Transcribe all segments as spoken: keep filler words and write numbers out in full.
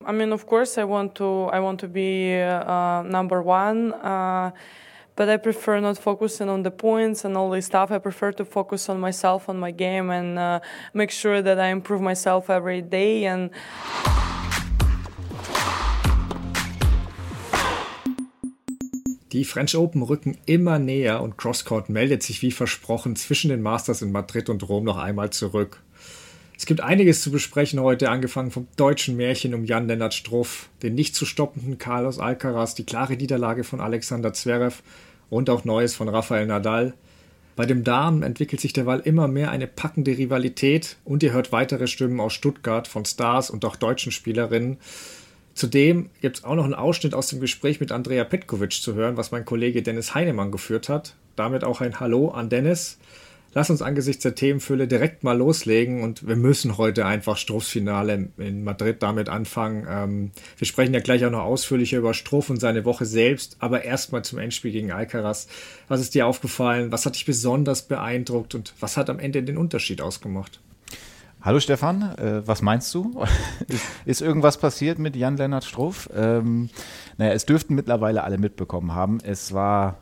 I mean, of course, I want to. I want to be uh, number one, uh, but I prefer not focusing on the points and all this stuff. I prefer to focus on myself, on my game, and uh, make sure that I improve myself every day. And die French Open rücken immer näher und Crosscourt meldet sich wie versprochen zwischen den Masters in Madrid und Rom noch einmal zurück. Es gibt einiges zu besprechen heute, angefangen vom deutschen Märchen um Jan-Lennart Struff, den nicht zu stoppenden Carlos Alcaraz, die klare Niederlage von Alexander Zverev und auch Neues von Rafael Nadal. Bei den Damen entwickelt sich derweil immer mehr eine packende Rivalität und ihr hört weitere Stimmen aus Stuttgart von Stars und auch deutschen Spielerinnen. Zudem gibt es auch noch einen Ausschnitt aus dem Gespräch mit Andrea Petkovic zu hören, was mein Kollege Dennis Heinemann geführt hat. Damit auch ein Hallo an Dennis. Lass uns angesichts der Themenfülle direkt mal loslegen und wir müssen heute einfach Struffs Finale in Madrid damit anfangen. Ähm, wir sprechen ja gleich auch noch ausführlicher über Struff und seine Woche selbst, aber erstmal zum Endspiel gegen Alcaraz. Was ist dir aufgefallen? Was hat dich besonders beeindruckt und was hat am Ende den Unterschied ausgemacht? Hallo Stefan, äh, was meinst du? ist, ist irgendwas passiert mit Jan-Lennart Struff? Ähm, naja, es dürften mittlerweile alle mitbekommen haben. Es war...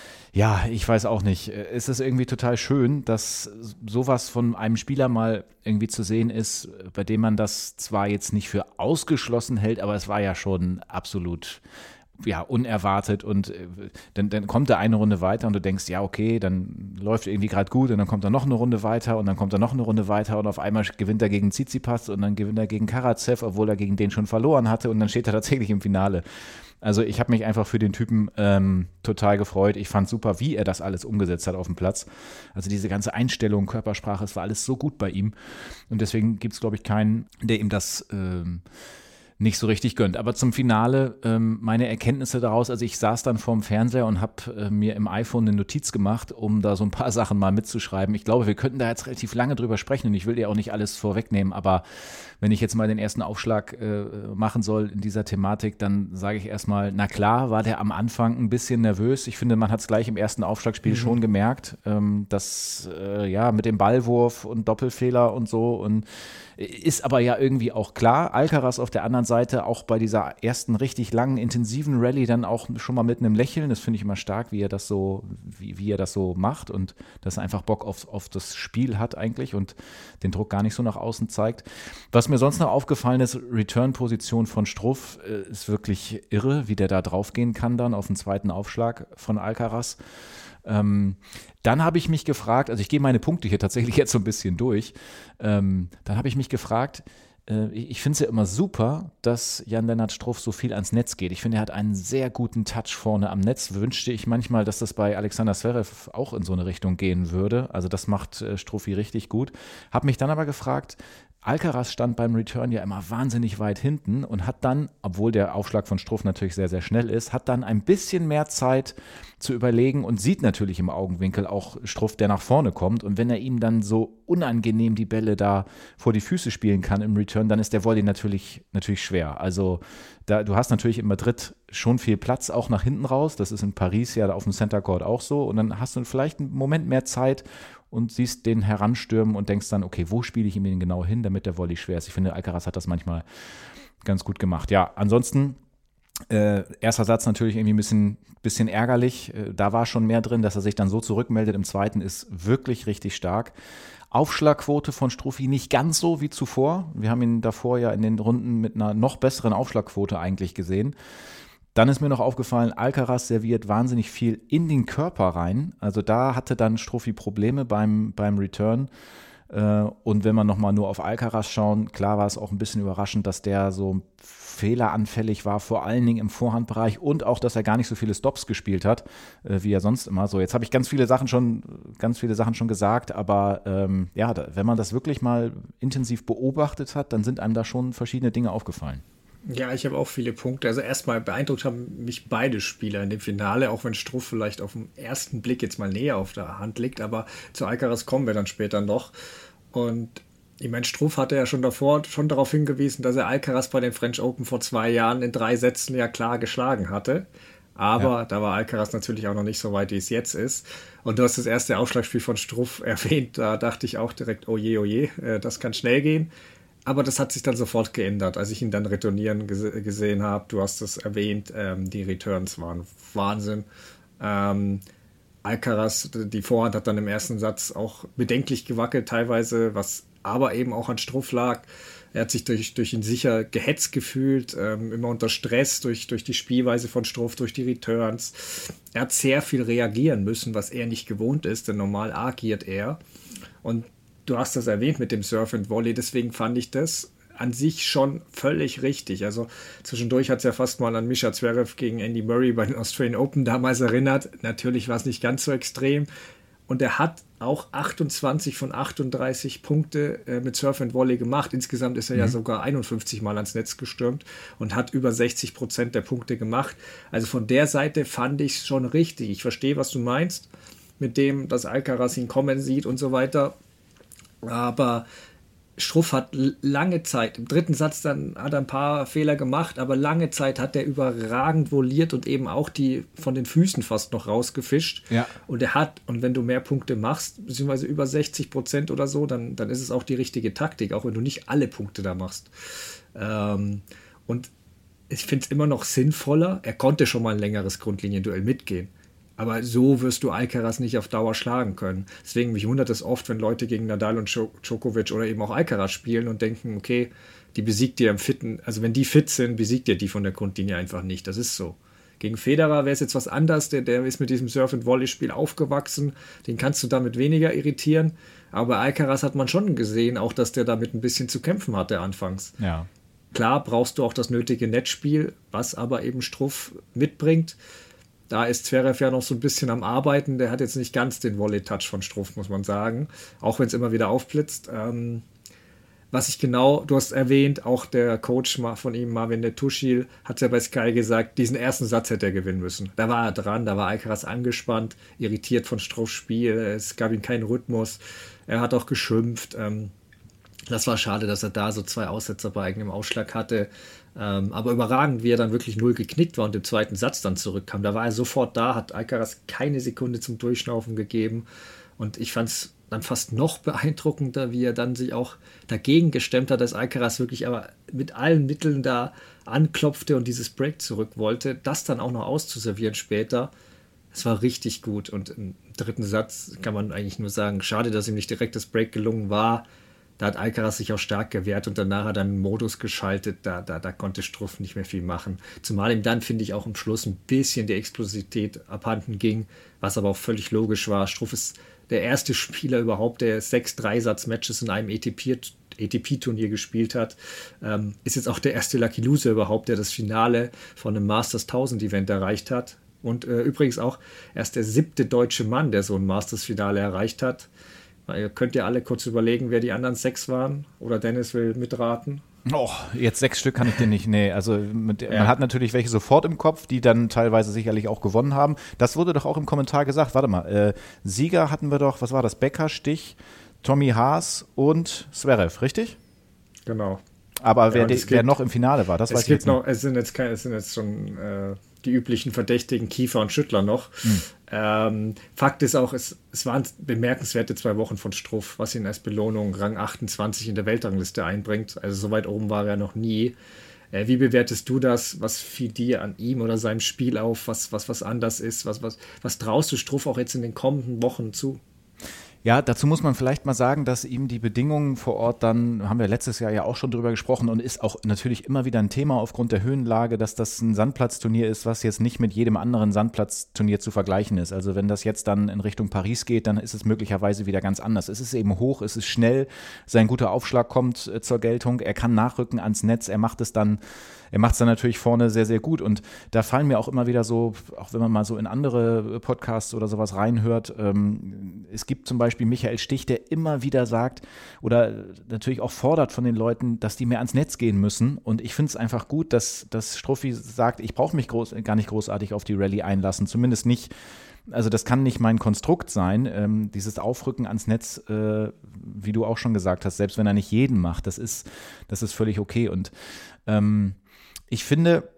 Ja, ich weiß auch nicht. Es ist irgendwie total schön, dass sowas von einem Spieler mal irgendwie zu sehen ist, bei dem man das zwar jetzt nicht für ausgeschlossen hält, aber es war ja schon absolut ja, unerwartet und äh, dann, dann kommt er eine Runde weiter und du denkst, ja okay, dann läuft irgendwie gerade gut und dann kommt er noch eine Runde weiter und dann kommt er noch eine Runde weiter und auf einmal gewinnt er gegen Tsitsipas und dann gewinnt er gegen Karatsev, obwohl er gegen den schon verloren hatte und dann steht er tatsächlich im Finale. Also ich habe mich einfach für den Typen ähm, total gefreut. Ich fand super, wie er das alles umgesetzt hat auf dem Platz. Also diese ganze Einstellung, Körpersprache, es war alles so gut bei ihm. Und deswegen gibt es, glaube ich, keinen, der ihm das ähm, nicht so richtig gönnt. Aber zum Finale ähm, meine Erkenntnisse daraus, also ich saß dann vorm Fernseher und habe äh, mir im iPhone eine Notiz gemacht, um da so ein paar Sachen mal mitzuschreiben. Ich glaube, wir könnten da jetzt relativ lange drüber sprechen und ich will dir auch nicht alles vorwegnehmen, aber wenn ich jetzt mal den ersten Aufschlag äh, machen soll in dieser Thematik, dann sage ich erstmal, na klar, war der am Anfang ein bisschen nervös. Ich finde, man hat es gleich im ersten Aufschlagspiel mhm. schon gemerkt, ähm, dass äh, ja mit dem Ballwurf und Doppelfehler und so und ist aber ja irgendwie auch klar. Alcaraz auf der anderen Seite auch bei dieser ersten richtig langen, intensiven Rallye dann auch schon mal mit einem Lächeln. Das finde ich immer stark, wie er das so, wie, wie er das so macht und dass er einfach Bock auf, auf das Spiel hat eigentlich und den Druck gar nicht so nach außen zeigt. Was mir sonst noch aufgefallen ist, Return-Position von Struff äh, ist wirklich irre, wie der da draufgehen kann dann auf den zweiten Aufschlag von Alcaraz. Ähm, dann habe ich mich gefragt, also ich gehe meine Punkte hier tatsächlich jetzt so ein bisschen durch, ähm, dann habe ich mich gefragt, äh, ich, ich finde es ja immer super, dass Jan-Lennart Struff so viel ans Netz geht. Ich finde, er hat einen sehr guten Touch vorne am Netz. Wünschte ich manchmal, dass das bei Alexander Zverev auch in so eine Richtung gehen würde. Also das macht äh, Struffi richtig gut. Habe mich dann aber gefragt, Alcaraz stand beim Return ja immer wahnsinnig weit hinten und hat dann, obwohl der Aufschlag von Struff natürlich sehr, sehr schnell ist, hat dann ein bisschen mehr Zeit zu überlegen und sieht natürlich im Augenwinkel auch Struff, der nach vorne kommt. Und wenn er ihm dann so unangenehm die Bälle da vor die Füße spielen kann im Return, dann ist der Volley natürlich, natürlich schwer. Also da, du hast natürlich in Madrid schon viel Platz, auch nach hinten raus. Das ist in Paris ja auf dem Center Court auch so. Und dann hast du vielleicht einen Moment mehr Zeit und siehst den heranstürmen und denkst dann, okay, wo spiele ich ihm den genau hin, damit der Volley schwer ist. Ich finde, Alcaraz hat das manchmal ganz gut gemacht. Ja, ansonsten, äh, erster Satz natürlich irgendwie ein bisschen, bisschen ärgerlich. Äh, da war schon mehr drin, dass er sich dann so zurückmeldet. Im zweiten ist wirklich richtig stark. Aufschlagquote von Struffi nicht ganz so wie zuvor. Wir haben ihn davor ja in den Runden mit einer noch besseren Aufschlagquote eigentlich gesehen. Dann ist mir noch aufgefallen, Alcaraz serviert wahnsinnig viel in den Körper rein. Also da hatte dann Struffi Probleme beim, beim Return. Und wenn wir nochmal nur auf Alcaraz schauen, klar war es auch ein bisschen überraschend, dass der so fehleranfällig war, vor allen Dingen im Vorhandbereich und auch, dass er gar nicht so viele Stops gespielt hat, wie er sonst immer. So, jetzt habe ich ganz viele Sachen schon, ganz viele Sachen schon gesagt, aber ähm, ja, da, wenn man das wirklich mal intensiv beobachtet hat, dann sind einem da schon verschiedene Dinge aufgefallen. Ja, ich habe auch viele Punkte. Also erstmal beeindruckt haben mich beide Spieler in dem Finale, auch wenn Struff vielleicht auf den ersten Blick jetzt mal näher auf der Hand liegt, aber zu Alcaraz kommen wir dann später noch. Und ich meine, Struff hatte ja schon davor schon darauf hingewiesen, dass er Alcaraz bei den French Open vor zwei Jahren in drei Sätzen ja klar geschlagen hatte. Aber ja, da war Alcaraz natürlich auch noch nicht so weit, wie es jetzt ist. Und du hast das erste Aufschlagspiel von Struff erwähnt, da dachte ich auch direkt, oh je, oh je, das kann schnell gehen. aber das hat sich dann sofort geändert, als ich ihn dann retournieren gese- gesehen habe. Du hast es erwähnt, ähm, die Returns waren Wahnsinn. Ähm, Alcaraz, die Vorhand hat dann im ersten Satz auch bedenklich gewackelt teilweise, was aber eben auch an Struff lag. Er hat sich durch, durch ihn sicher gehetzt gefühlt, ähm, immer unter Stress, durch, durch die Spielweise von Struff, durch die Returns. Er hat sehr viel reagieren müssen, was er nicht gewohnt ist, denn normal agiert er. Und du hast das erwähnt mit dem Surf and Volley, deswegen fand ich das an sich schon völlig richtig. Also zwischendurch hat es ja fast mal an Mischa Zverev gegen Andy Murray bei den Australian Open damals erinnert. Natürlich war es nicht ganz so extrem. Und er hat auch achtundzwanzig von achtunddreißig Punkte äh, mit Surf and Volley gemacht. Insgesamt ist er mhm. ja sogar einundfünfzig Mal ans Netz gestürmt und hat über sechzig Prozent der Punkte gemacht. Also von der Seite fand ich es schon richtig. Ich verstehe, was du meinst, mit dem, dass Alcaraz ihn kommen sieht und so weiter. Aber Struff hat lange Zeit, im dritten Satz dann hat er ein paar Fehler gemacht, aber lange Zeit hat er überragend voliert und eben auch die von den Füßen fast noch rausgefischt. Ja. Und er hat, und wenn du mehr Punkte machst, beziehungsweise über sechzig Prozent oder so, dann, dann ist es auch die richtige Taktik, auch wenn du nicht alle Punkte da machst. Ähm, und ich finde es immer noch sinnvoller, er konnte schon mal ein längeres Grundlinienduell mitgehen. Aber so wirst du Alcaraz nicht auf Dauer schlagen können. Deswegen mich wundert es oft, wenn Leute gegen Nadal und Djokovic oder eben auch Alcaraz spielen und denken, okay, die besiegt ihr im Fitten, also wenn die fit sind, besiegt ihr die von der Grundlinie einfach nicht. Das ist so. Gegen Federer wäre es jetzt was anderes, der, der ist mit diesem Surf-and-Volley-Spiel aufgewachsen, den kannst du damit weniger irritieren. Aber bei Alcaraz hat man schon gesehen, auch dass der damit ein bisschen zu kämpfen hatte anfangs. Ja. Klar brauchst du auch das nötige Netzspiel, was aber eben Struff mitbringt. Da ist Zverev ja noch so ein bisschen am Arbeiten. Der hat jetzt nicht ganz den Volley-Touch von Struff, muss man sagen. Auch wenn es immer wieder aufblitzt. Ähm, was ich genau, du hast erwähnt, auch der Coach von ihm, Marvin Nettuschil, hat ja bei Sky gesagt, diesen ersten Satz hätte er gewinnen müssen. Da war er dran, da war Alcaraz angespannt, irritiert von Struffs Spiel. Es gab ihm keinen Rhythmus. Er hat auch geschimpft. Ähm, das war schade, dass er da so zwei Aussetzer bei eigenem Ausschlag hatte. Ähm, aber überragend, wie er dann wirklich null geknickt war und im zweiten Satz dann zurückkam. Da war er sofort da, hat Alcaraz keine Sekunde zum Durchschnaufen gegeben. Und ich fand es dann fast noch beeindruckender, wie er dann sich auch dagegen gestemmt hat, dass Alcaraz wirklich aber mit allen Mitteln da anklopfte und dieses Break zurück wollte. Das dann auch noch auszuservieren später, es war richtig gut. Und im dritten Satz kann man eigentlich nur sagen, schade, dass ihm nicht direkt das Break gelungen war. Da hat Alcaraz sich auch stark gewehrt und danach hat er einen Modus geschaltet, da, da, da konnte Struff nicht mehr viel machen. Zumal ihm dann, finde ich, auch im Schluss ein bisschen die Explosivität abhanden ging, was aber auch völlig logisch war. Struff ist der erste Spieler überhaupt, der sechs Dreisatz-Matches in einem A T P-Turnier gespielt hat. Ähm, ist jetzt auch der erste Lucky Loser überhaupt, der das Finale von einem Masters tausend-Event erreicht hat. Und äh, übrigens auch erst der siebte deutsche Mann, der so ein Masters-Finale erreicht hat. Ihr könnt ja alle kurz überlegen, wer die anderen sechs waren. Oder Dennis will mitraten. Oh, jetzt sechs Stück kann ich dir nicht. Nee, also mit, Ja. man hat natürlich welche sofort im Kopf, die dann teilweise sicherlich auch gewonnen haben. Das wurde doch auch im Kommentar gesagt. Warte mal, äh, Sieger hatten wir doch, was war das? Becker, Stich, Tommy Haas und Zverev, richtig? Genau. Aber Ja, wer, und de, es wer gibt- noch im Finale war, das weiß Es ich gibt jetzt nicht. noch, es sind jetzt keine, es sind jetzt schon äh, die üblichen Verdächtigen Kiefer und Schüttler noch. Hm. Ähm, Fakt ist auch, es, es waren bemerkenswerte zwei Wochen von Struff, was ihn als Belohnung Rang achtundzwanzig in der Weltrangliste einbringt. Also so weit oben war er noch nie. Äh, wie bewertest du das? Was fiel dir an ihm oder seinem Spiel auf, was, was, was anders ist? Was, was, was traust du Struff auch jetzt in den kommenden Wochen zu? Ja, dazu muss man vielleicht mal sagen, dass ihm die Bedingungen vor Ort dann, haben wir letztes Jahr ja auch schon drüber gesprochen und ist auch natürlich immer wieder ein Thema aufgrund der Höhenlage, dass das ein Sandplatzturnier ist, was jetzt nicht mit jedem anderen Sandplatzturnier zu vergleichen ist. Also wenn das jetzt dann in Richtung Paris geht, dann ist es möglicherweise wieder ganz anders. Es ist eben hoch, es ist schnell, sein guter Aufschlag kommt äh, zur Geltung, er kann nachrücken ans Netz, er macht es dann Er macht es dann natürlich vorne sehr, sehr gut. Und da fallen mir auch immer wieder so, auch wenn man mal so in andere Podcasts oder sowas reinhört, ähm, es gibt zum Beispiel Michael Stich, der immer wieder sagt oder natürlich auch fordert von den Leuten, dass die mehr ans Netz gehen müssen. Und ich finde es einfach gut, dass, dass Struffi sagt, ich brauche mich groß, gar nicht großartig auf die Rallye einlassen. Zumindest nicht, also das kann nicht mein Konstrukt sein, ähm, dieses Aufrücken ans Netz, äh, wie du auch schon gesagt hast, selbst wenn er nicht jeden macht, das ist, das ist völlig okay. Und ähm, ich finde,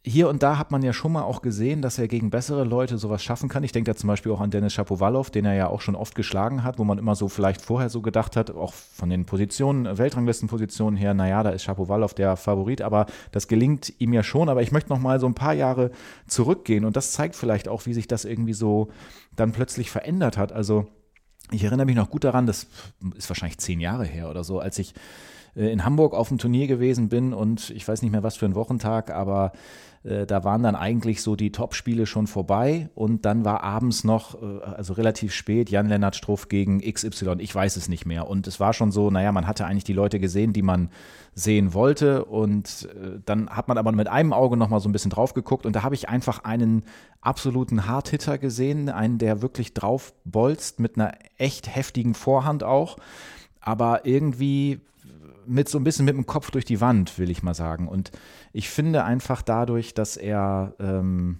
hier und da hat man ja schon mal auch gesehen, dass er gegen bessere Leute sowas schaffen kann. Ich denke da zum Beispiel auch an Denis Shapovalov, den er ja auch schon oft geschlagen hat, wo man immer so vielleicht vorher so gedacht hat, auch von den Positionen, Weltranglistenpositionen her, naja, da ist Shapovalov der Favorit, aber das gelingt ihm ja schon. Aber ich möchte noch mal so ein paar Jahre zurückgehen und das zeigt vielleicht auch, wie sich das irgendwie so dann plötzlich verändert hat. Also ich erinnere mich noch gut daran, das ist wahrscheinlich zehn Jahre her oder so, als ich in Hamburg auf dem Turnier gewesen bin und ich weiß nicht mehr, was für ein Wochentag, aber äh, da waren dann eigentlich so die Top-Spiele schon vorbei und dann war abends noch, äh, also relativ spät, Jan-Lennart Struff gegen X Y, ich weiß es nicht mehr und es war schon so, naja, man hatte eigentlich die Leute gesehen, die man sehen wollte und äh, dann hat man aber mit einem Auge nochmal so ein bisschen drauf geguckt und da habe ich einfach einen absoluten Hardhitter gesehen, einen, der wirklich drauf bolzt mit einer echt heftigen Vorhand auch, aber irgendwie mit so ein bisschen mit dem Kopf durch die Wand, will ich mal sagen. Und ich finde einfach dadurch, dass er, ähm,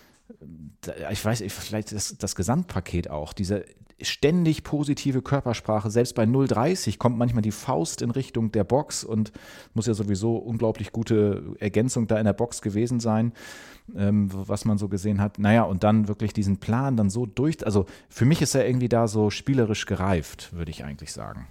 ich weiß, vielleicht das, das Gesamtpaket auch, diese ständig positive Körpersprache, selbst bei null dreißig kommt manchmal die Faust in Richtung der Box und muss ja sowieso unglaublich gute Ergänzung da in der Box gewesen sein, ähm, was man so gesehen hat. Naja, und dann wirklich diesen Plan dann so durch, also für mich ist er irgendwie da so spielerisch gereift, würde ich eigentlich sagen.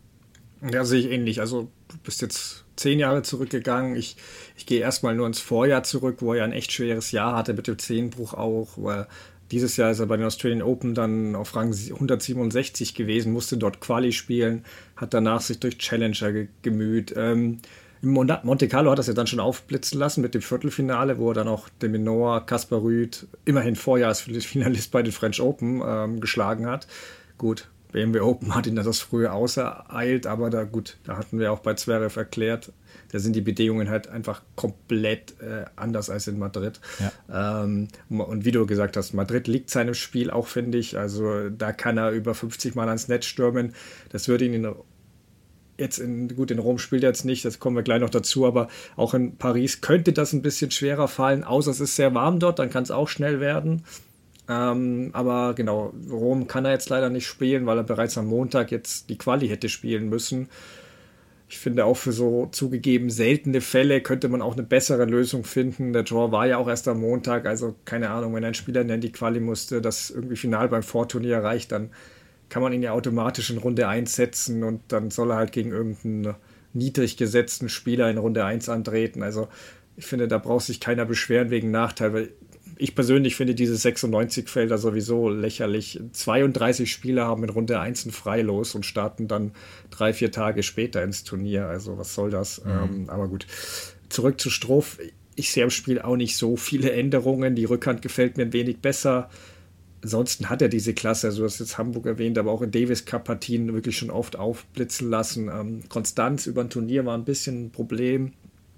Ja, sehe ich ähnlich. Also du bist jetzt zehn Jahre zurückgegangen. Ich, ich gehe erstmal nur ins Vorjahr zurück, wo er ja ein echt schweres Jahr hatte mit dem Zehenbruch auch. Wo er, dieses Jahr ist er bei den Australian Open dann auf Rang hundertsiebenundsechzig gewesen, musste dort Quali spielen, hat danach sich durch Challenger ge- gemüht. Ähm, Im Monte Carlo hat er es ja dann schon aufblitzen lassen mit dem Viertelfinale, wo er dann auch de Minaur, Kaspar Rüth, immerhin Vorjahresfinalist bei den French Open, ähm, geschlagen hat. Gut. B M W Open hat ihn das früher ausereilt, aber da gut, da hatten wir auch bei Zverev erklärt, da sind die Bedingungen halt einfach komplett äh, anders als in Madrid. Ja. Ähm, und wie du gesagt hast, Madrid liegt seinem Spiel auch, finde ich. Also da kann er über fünfzig Mal ans Netz stürmen. Das würde ihn in, jetzt in, gut, in Rom spielt er jetzt nicht, das kommen wir gleich noch dazu, aber auch in Paris könnte das ein bisschen schwerer fallen, außer es ist sehr warm dort, dann kann es auch schnell werden. Ähm, aber genau, Rom kann er jetzt leider nicht spielen, weil er bereits am Montag jetzt die Quali hätte spielen müssen. Ich finde auch für so zugegeben seltene Fälle könnte man auch eine bessere Lösung finden. Der Draw war ja auch erst am Montag, also keine Ahnung, wenn ein Spieler in die Quali musste, das irgendwie final beim Vorturnier erreicht, dann kann man ihn ja automatisch in Runde eins setzen und dann soll er halt gegen irgendeinen niedrig gesetzten Spieler in Runde eins antreten. Also ich finde, da braucht sich keiner beschweren wegen Nachteil, weil ich persönlich finde diese sechsundneunzig Felder sowieso lächerlich. zweiunddreißig Spieler haben in Runde eins ein Freilos und starten dann drei, vier Tage später ins Turnier. Also was soll das? Mhm. Ähm, aber gut, zurück zu Struff. Ich sehe am Spiel auch nicht so viele Änderungen. Die Rückhand gefällt mir ein wenig besser. Ansonsten hat er diese Klasse, also du hast jetzt Hamburg erwähnt, aber auch in Davis-Cup-Partien wirklich schon oft aufblitzen lassen. Ähm, Konstanz über ein Turnier war ein bisschen ein Problem.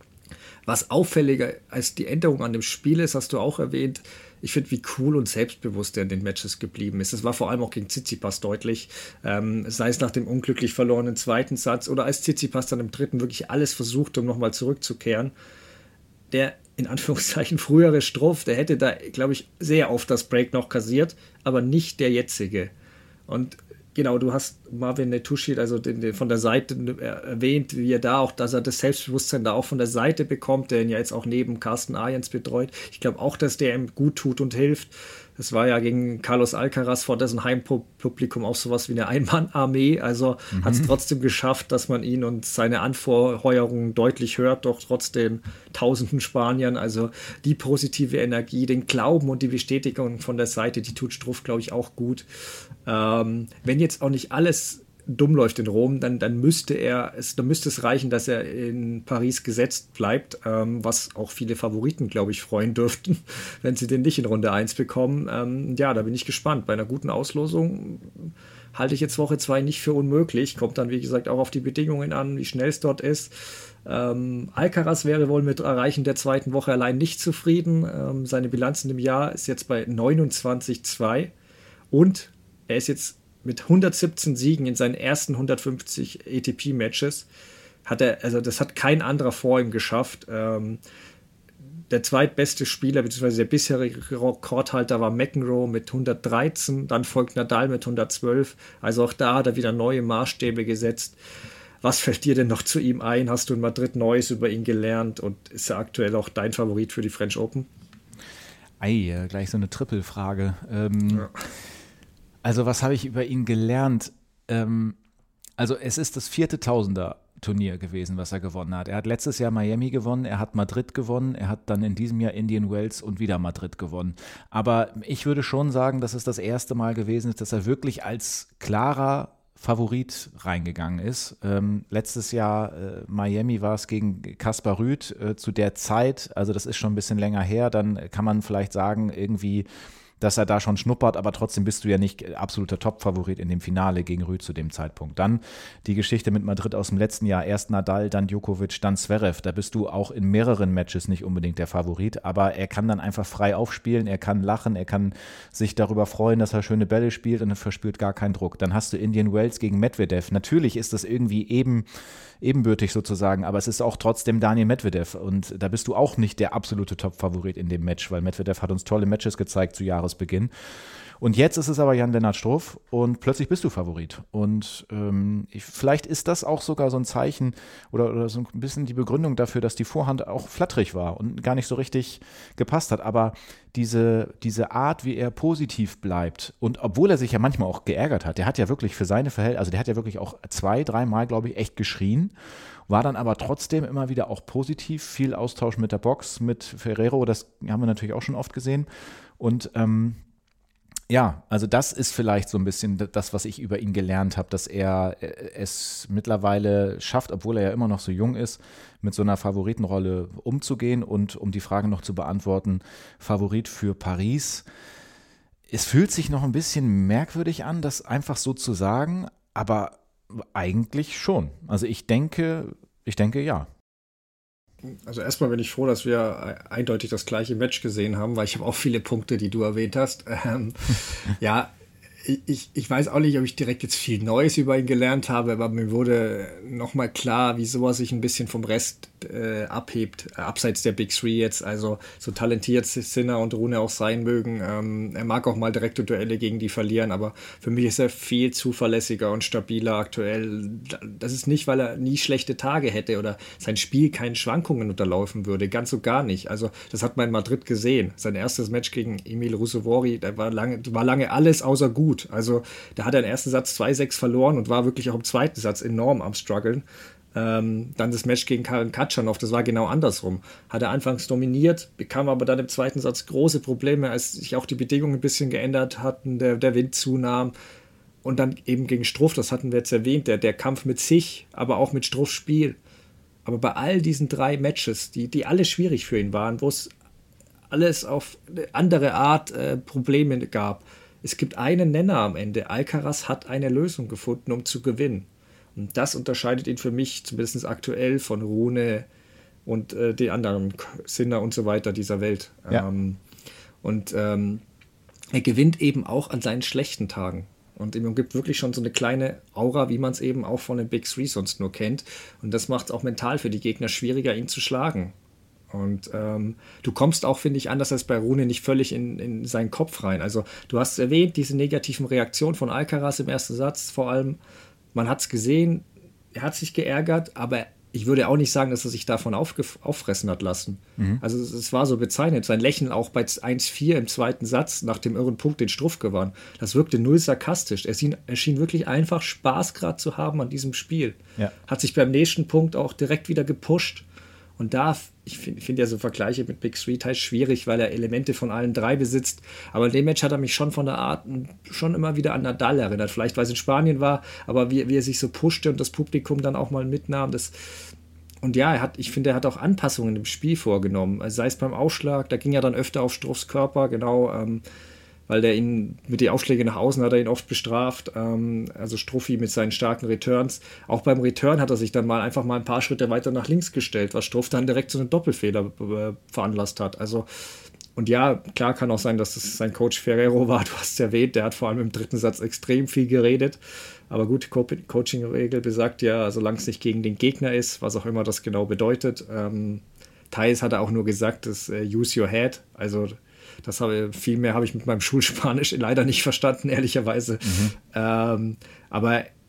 Was auffälliger als die Änderung an dem Spiel ist, hast du auch erwähnt. Ich finde, wie cool und selbstbewusst er in den Matches geblieben ist. Das war vor allem auch gegen Tsitsipas deutlich. Ähm, sei es nach dem unglücklich verlorenen zweiten Satz oder als Tsitsipas dann im dritten wirklich alles versucht, um nochmal zurückzukehren. Der, in Anführungszeichen, frühere Struff, der hätte da, glaube ich, sehr oft das Break noch kassiert, aber nicht der jetzige. Und genau, du hast Marvin Netushit, also den, den von der Seite erwähnt, wie er da auch, dass er das Selbstbewusstsein da auch von der Seite bekommt, der ihn ja jetzt auch neben Carsten Arjens betreut. Ich glaube auch, dass der ihm gut tut und hilft. Das war ja gegen Carlos Alcaraz vor dessen Heimpublikum auch sowas wie eine Einmannarmee. Also mhm. hat es trotzdem geschafft, dass man ihn und seine Anfeuerungen deutlich hört, doch trotz den tausenden Spaniern. Also die positive Energie, den Glauben und die Bestätigung von der Seite, die tut Struff, glaube ich, auch gut. Ähm, wenn jetzt auch nicht alles dumm läuft in Rom, dann, dann müsste er es, dann müsste es reichen, dass er in Paris gesetzt bleibt, ähm, was auch viele Favoriten, glaube ich, freuen dürften, wenn sie den nicht in Runde eins bekommen. Ähm, ja, da bin ich gespannt. Bei einer guten Auslosung halte ich jetzt Woche zwei nicht für unmöglich. Kommt dann, wie gesagt, auch auf die Bedingungen an, wie schnell es dort ist. Ähm, Alcaraz wäre wohl mit Erreichen der zweiten Woche allein nicht zufrieden. Ähm, seine Bilanz in dem Jahr ist jetzt bei neunundzwanzig zwei und er ist jetzt mit hundertsiebzehn Siegen in seinen ersten hundertfünfzig A T P-Matches. Hat er, also das hat kein anderer vor ihm geschafft. Ähm, der zweitbeste Spieler, beziehungsweise der bisherige Rekordhalter war McEnroe mit hundertdreizehn, dann folgt Nadal mit hundertzwölf. Also auch da hat er wieder neue Maßstäbe gesetzt. Was fällt dir denn noch zu ihm ein? Hast du in Madrid Neues über ihn gelernt und ist er aktuell auch dein Favorit für die French Open? Ei, gleich so eine Trippelfrage. Ähm, Ja. Also was habe ich über ihn gelernt? Ähm, also es ist das vierte Tausender-Turnier gewesen, was er gewonnen hat. Er hat letztes Jahr Miami gewonnen, er hat Madrid gewonnen, er hat dann in diesem Jahr Indian Wells und wieder Madrid gewonnen. Aber ich würde schon sagen, dass es das erste Mal gewesen ist, dass er wirklich als klarer Favorit reingegangen ist. Ähm, letztes Jahr äh, Miami war es gegen Kaspar Ruud äh, zu der Zeit, also das ist schon ein bisschen länger her, dann kann man vielleicht sagen, irgendwie, dass er da schon schnuppert, aber trotzdem bist du ja nicht absoluter Top-Favorit in dem Finale gegen Ruud zu dem Zeitpunkt. Dann die Geschichte mit Madrid aus dem letzten Jahr, erst Nadal, dann Djokovic, dann Zverev, da bist du auch in mehreren Matches nicht unbedingt der Favorit, aber er kann dann einfach frei aufspielen, er kann lachen, er kann sich darüber freuen, dass er schöne Bälle spielt und er verspürt gar keinen Druck. Dann hast du Indian Wells gegen Medvedev, natürlich ist das irgendwie eben ebenbürtig sozusagen, aber es ist auch trotzdem Daniel Medvedev und da bist du auch nicht der absolute Top-Favorit in dem Match, weil Medvedev hat uns tolle Matches gezeigt zu Jahresbeginn. Und jetzt ist es aber Jan-Lennart Struff und plötzlich bist du Favorit. Und ähm, ich, vielleicht ist das auch sogar so ein Zeichen oder, oder so ein bisschen die Begründung dafür, dass die Vorhand auch flatterig war und gar nicht so richtig gepasst hat. Aber diese, diese Art, wie er positiv bleibt und obwohl er sich ja manchmal auch geärgert hat, der hat ja wirklich für seine Verhältnisse, also der hat ja wirklich auch zwei, dreimal, glaube ich, echt geschrien, war dann aber trotzdem immer wieder auch positiv, viel Austausch mit der Box, mit Ferrero, das haben wir natürlich auch schon oft gesehen. Und ähm, ja, also das ist vielleicht so ein bisschen das, was ich über ihn gelernt habe, dass er es mittlerweile schafft, obwohl er ja immer noch so jung ist, mit so einer Favoritenrolle umzugehen. Und um die Frage noch zu beantworten, Favorit für Paris. Es fühlt sich noch ein bisschen merkwürdig an, das einfach so zu sagen, aber eigentlich schon. Also ich denke, ich denke ja. Also erstmal bin ich froh, dass wir eindeutig das gleiche Match gesehen haben, weil ich habe auch viele Punkte, die du erwähnt hast. Ähm, ja, ich, ich weiß auch nicht, ob ich direkt jetzt viel Neues über ihn gelernt habe, aber mir wurde nochmal klar, wieso er sich ein bisschen vom Rest äh, abhebt, äh, abseits der Big Three jetzt. Also so talentiert Sinner und Rune auch sein mögen. Ähm, er mag auch mal direkte Duelle gegen die verlieren, aber für mich ist er viel zuverlässiger und stabiler aktuell. Das ist nicht, weil er nie schlechte Tage hätte oder sein Spiel keinen Schwankungen unterlaufen würde, ganz so gar nicht. Also das hat man in Madrid gesehen. Sein erstes Match gegen Emil Ruusuvuori, da war lange, war lange alles außer gut. Also da hat er den ersten Satz zwei sechs verloren und war wirklich auch im zweiten Satz enorm am struggeln. Ähm, dann das Match gegen Karen Khachanov, das war genau andersrum. Hat er anfangs dominiert, bekam aber dann im zweiten Satz große Probleme, als sich auch die Bedingungen ein bisschen geändert hatten, der, der Wind zunahm. Und dann eben gegen Struff, das hatten wir jetzt erwähnt, der, der Kampf mit sich, aber auch mit Struffs Spiel. Aber bei all diesen drei Matches, die, die alle schwierig für ihn waren, wo es alles auf eine andere Art äh, Probleme gab, es gibt einen Nenner am Ende. Alcaraz hat eine Lösung gefunden, um zu gewinnen. Und das unterscheidet ihn für mich zumindest aktuell von Rune und äh, den anderen Sinner und so weiter dieser Welt. Ja. Ähm, und ähm, er gewinnt eben auch an seinen schlechten Tagen. Und ihm gibt wirklich schon so eine kleine Aura, wie man es eben auch von den Big Three sonst nur kennt. Und das macht es auch mental für die Gegner schwieriger, ihn zu schlagen. Und ähm, du kommst auch, finde ich, anders als bei Rune nicht völlig in, in seinen Kopf rein. Also du hast erwähnt, diese negativen Reaktionen von Alcaraz im ersten Satz vor allem. Man hat es gesehen, er hat sich geärgert, aber ich würde auch nicht sagen, dass er sich davon aufgef- auffressen hat lassen. Mhm. Also es, es war so bezeichnend. Sein Lächeln auch bei eins vier im zweiten Satz nach dem irren Punkt, den Struff gewann, das wirkte null sarkastisch. Er schien, er schien wirklich einfach Spaß gerade zu haben an diesem Spiel. Ja. Hat sich beim nächsten Punkt auch direkt wieder gepusht. Und da, ich finde find ja so Vergleiche mit Big Three teils schwierig, weil er Elemente von allen drei besitzt. Aber in dem Match hat er mich schon von der Art schon immer wieder an Nadal erinnert. Vielleicht, weil es in Spanien war, aber wie, wie er sich so pushte und das Publikum dann auch mal mitnahm. Das, und ja, er hat, ich finde, er hat auch Anpassungen im Spiel vorgenommen. Also sei es beim Aufschlag, da ging er dann öfter auf Struffs Körper, genau, ähm, weil der ihn mit den Aufschlägen nach außen hat er ihn oft bestraft, ähm, also Struffi mit seinen starken Returns. Auch beim Return hat er sich dann mal einfach mal ein paar Schritte weiter nach links gestellt, was Struff dann direkt so einen Doppelfehler äh, veranlasst hat. Also, und ja, klar kann auch sein, dass das sein Coach Ferrero war, du hast es erwähnt, der hat vor allem im dritten Satz extrem viel geredet. Aber gut, die Co- Coaching-Regel besagt ja, solange es nicht gegen den Gegner ist, was auch immer das genau bedeutet. Ähm, teils hat er auch nur gesagt, dass äh, use your head, also das habe, viel mehr habe ich mit meinem Schulspanisch leider nicht verstanden, ehrlicherweise. Mhm. Ähm, aber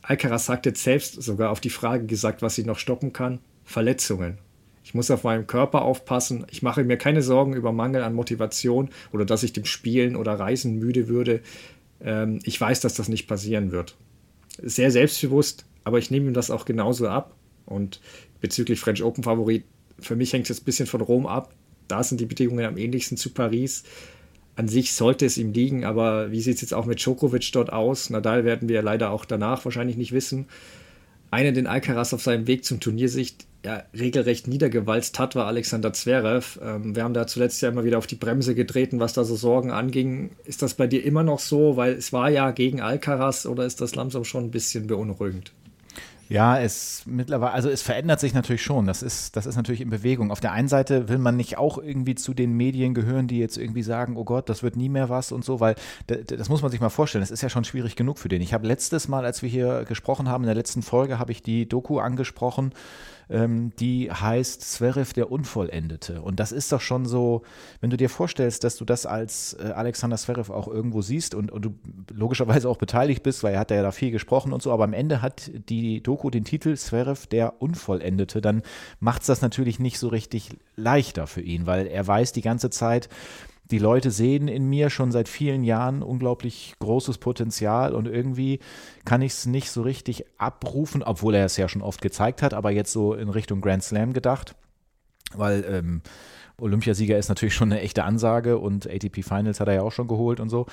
Alcaraz sagt jetzt selbst sogar auf die Frage gesagt, was sie noch stoppen kann, Verletzungen. Ich muss auf meinen Körper aufpassen. Ich mache mir keine Sorgen über Mangel an Motivation oder dass ich dem Spielen oder Reisen müde würde. Ähm, ich weiß, dass das nicht passieren wird. Sehr selbstbewusst, aber ich nehme ihm das auch genauso ab. Und bezüglich French Open Favorit, für mich hängt es jetzt ein bisschen von Rom ab. Da sind die Bedingungen am ähnlichsten zu Paris. An sich sollte es ihm liegen, aber wie sieht es jetzt auch mit Djokovic dort aus? Nadal werden wir leider auch danach wahrscheinlich nicht wissen. Einer, den Alcaraz auf seinem Weg zum Turniersicht ja, regelrecht niedergewalzt hat, war Alexander Zverev. Ähm, wir haben da zuletzt ja immer wieder auf die Bremse getreten, was da so Sorgen anging. Ist das bei dir immer noch so? Weil es war ja gegen Alcaraz, oder ist das langsam schon ein bisschen beunruhigend? Ja, es mittlerweile, also es verändert sich natürlich schon. Das ist, das ist natürlich in Bewegung. Auf der einen Seite will man nicht auch irgendwie zu den Medien gehören, die jetzt irgendwie sagen, oh Gott, das wird nie mehr was und so, weil das, das muss man sich mal vorstellen. Das ist ja schon schwierig genug für den. Ich habe letztes Mal, als wir hier gesprochen haben, in der letzten Folge, habe ich die Doku angesprochen, ähm, die heißt Zverev der Unvollendete. Und das ist doch schon so, wenn du dir vorstellst, dass du das als äh, Alexander Zverev auch irgendwo siehst und, und du logischerweise auch beteiligt bist, weil er hat ja da viel gesprochen und so, aber am Ende hat die Doku den Titel Zverev der Unvollendete, dann macht es das natürlich nicht so richtig leichter für ihn, weil er weiß die ganze Zeit, die Leute sehen in mir schon seit vielen Jahren unglaublich großes Potenzial und irgendwie kann ich es nicht so richtig abrufen, obwohl er es ja schon oft gezeigt hat, aber jetzt so in Richtung Grand Slam gedacht, weil ähm, Olympiasieger ist natürlich schon eine echte Ansage und A T P Finals hat er ja auch schon geholt und so,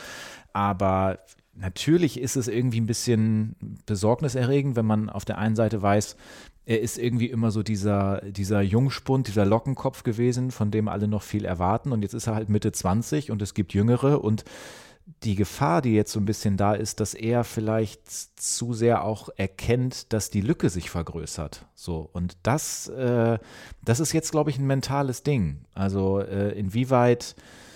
aber natürlich ist es irgendwie ein bisschen besorgniserregend, wenn man auf der einen Seite weiß, er ist irgendwie immer so dieser, dieser Jungspund, dieser Lockenkopf gewesen, von dem alle noch viel erwarten. Und jetzt ist er halt Mitte zwanzig und es gibt Jüngere. Und die Gefahr, die jetzt so ein bisschen da ist, dass er vielleicht zu sehr auch erkennt, dass die Lücke sich vergrößert. So. Und das, äh, das ist jetzt, glaube ich, ein mentales Ding. Also äh, inwieweit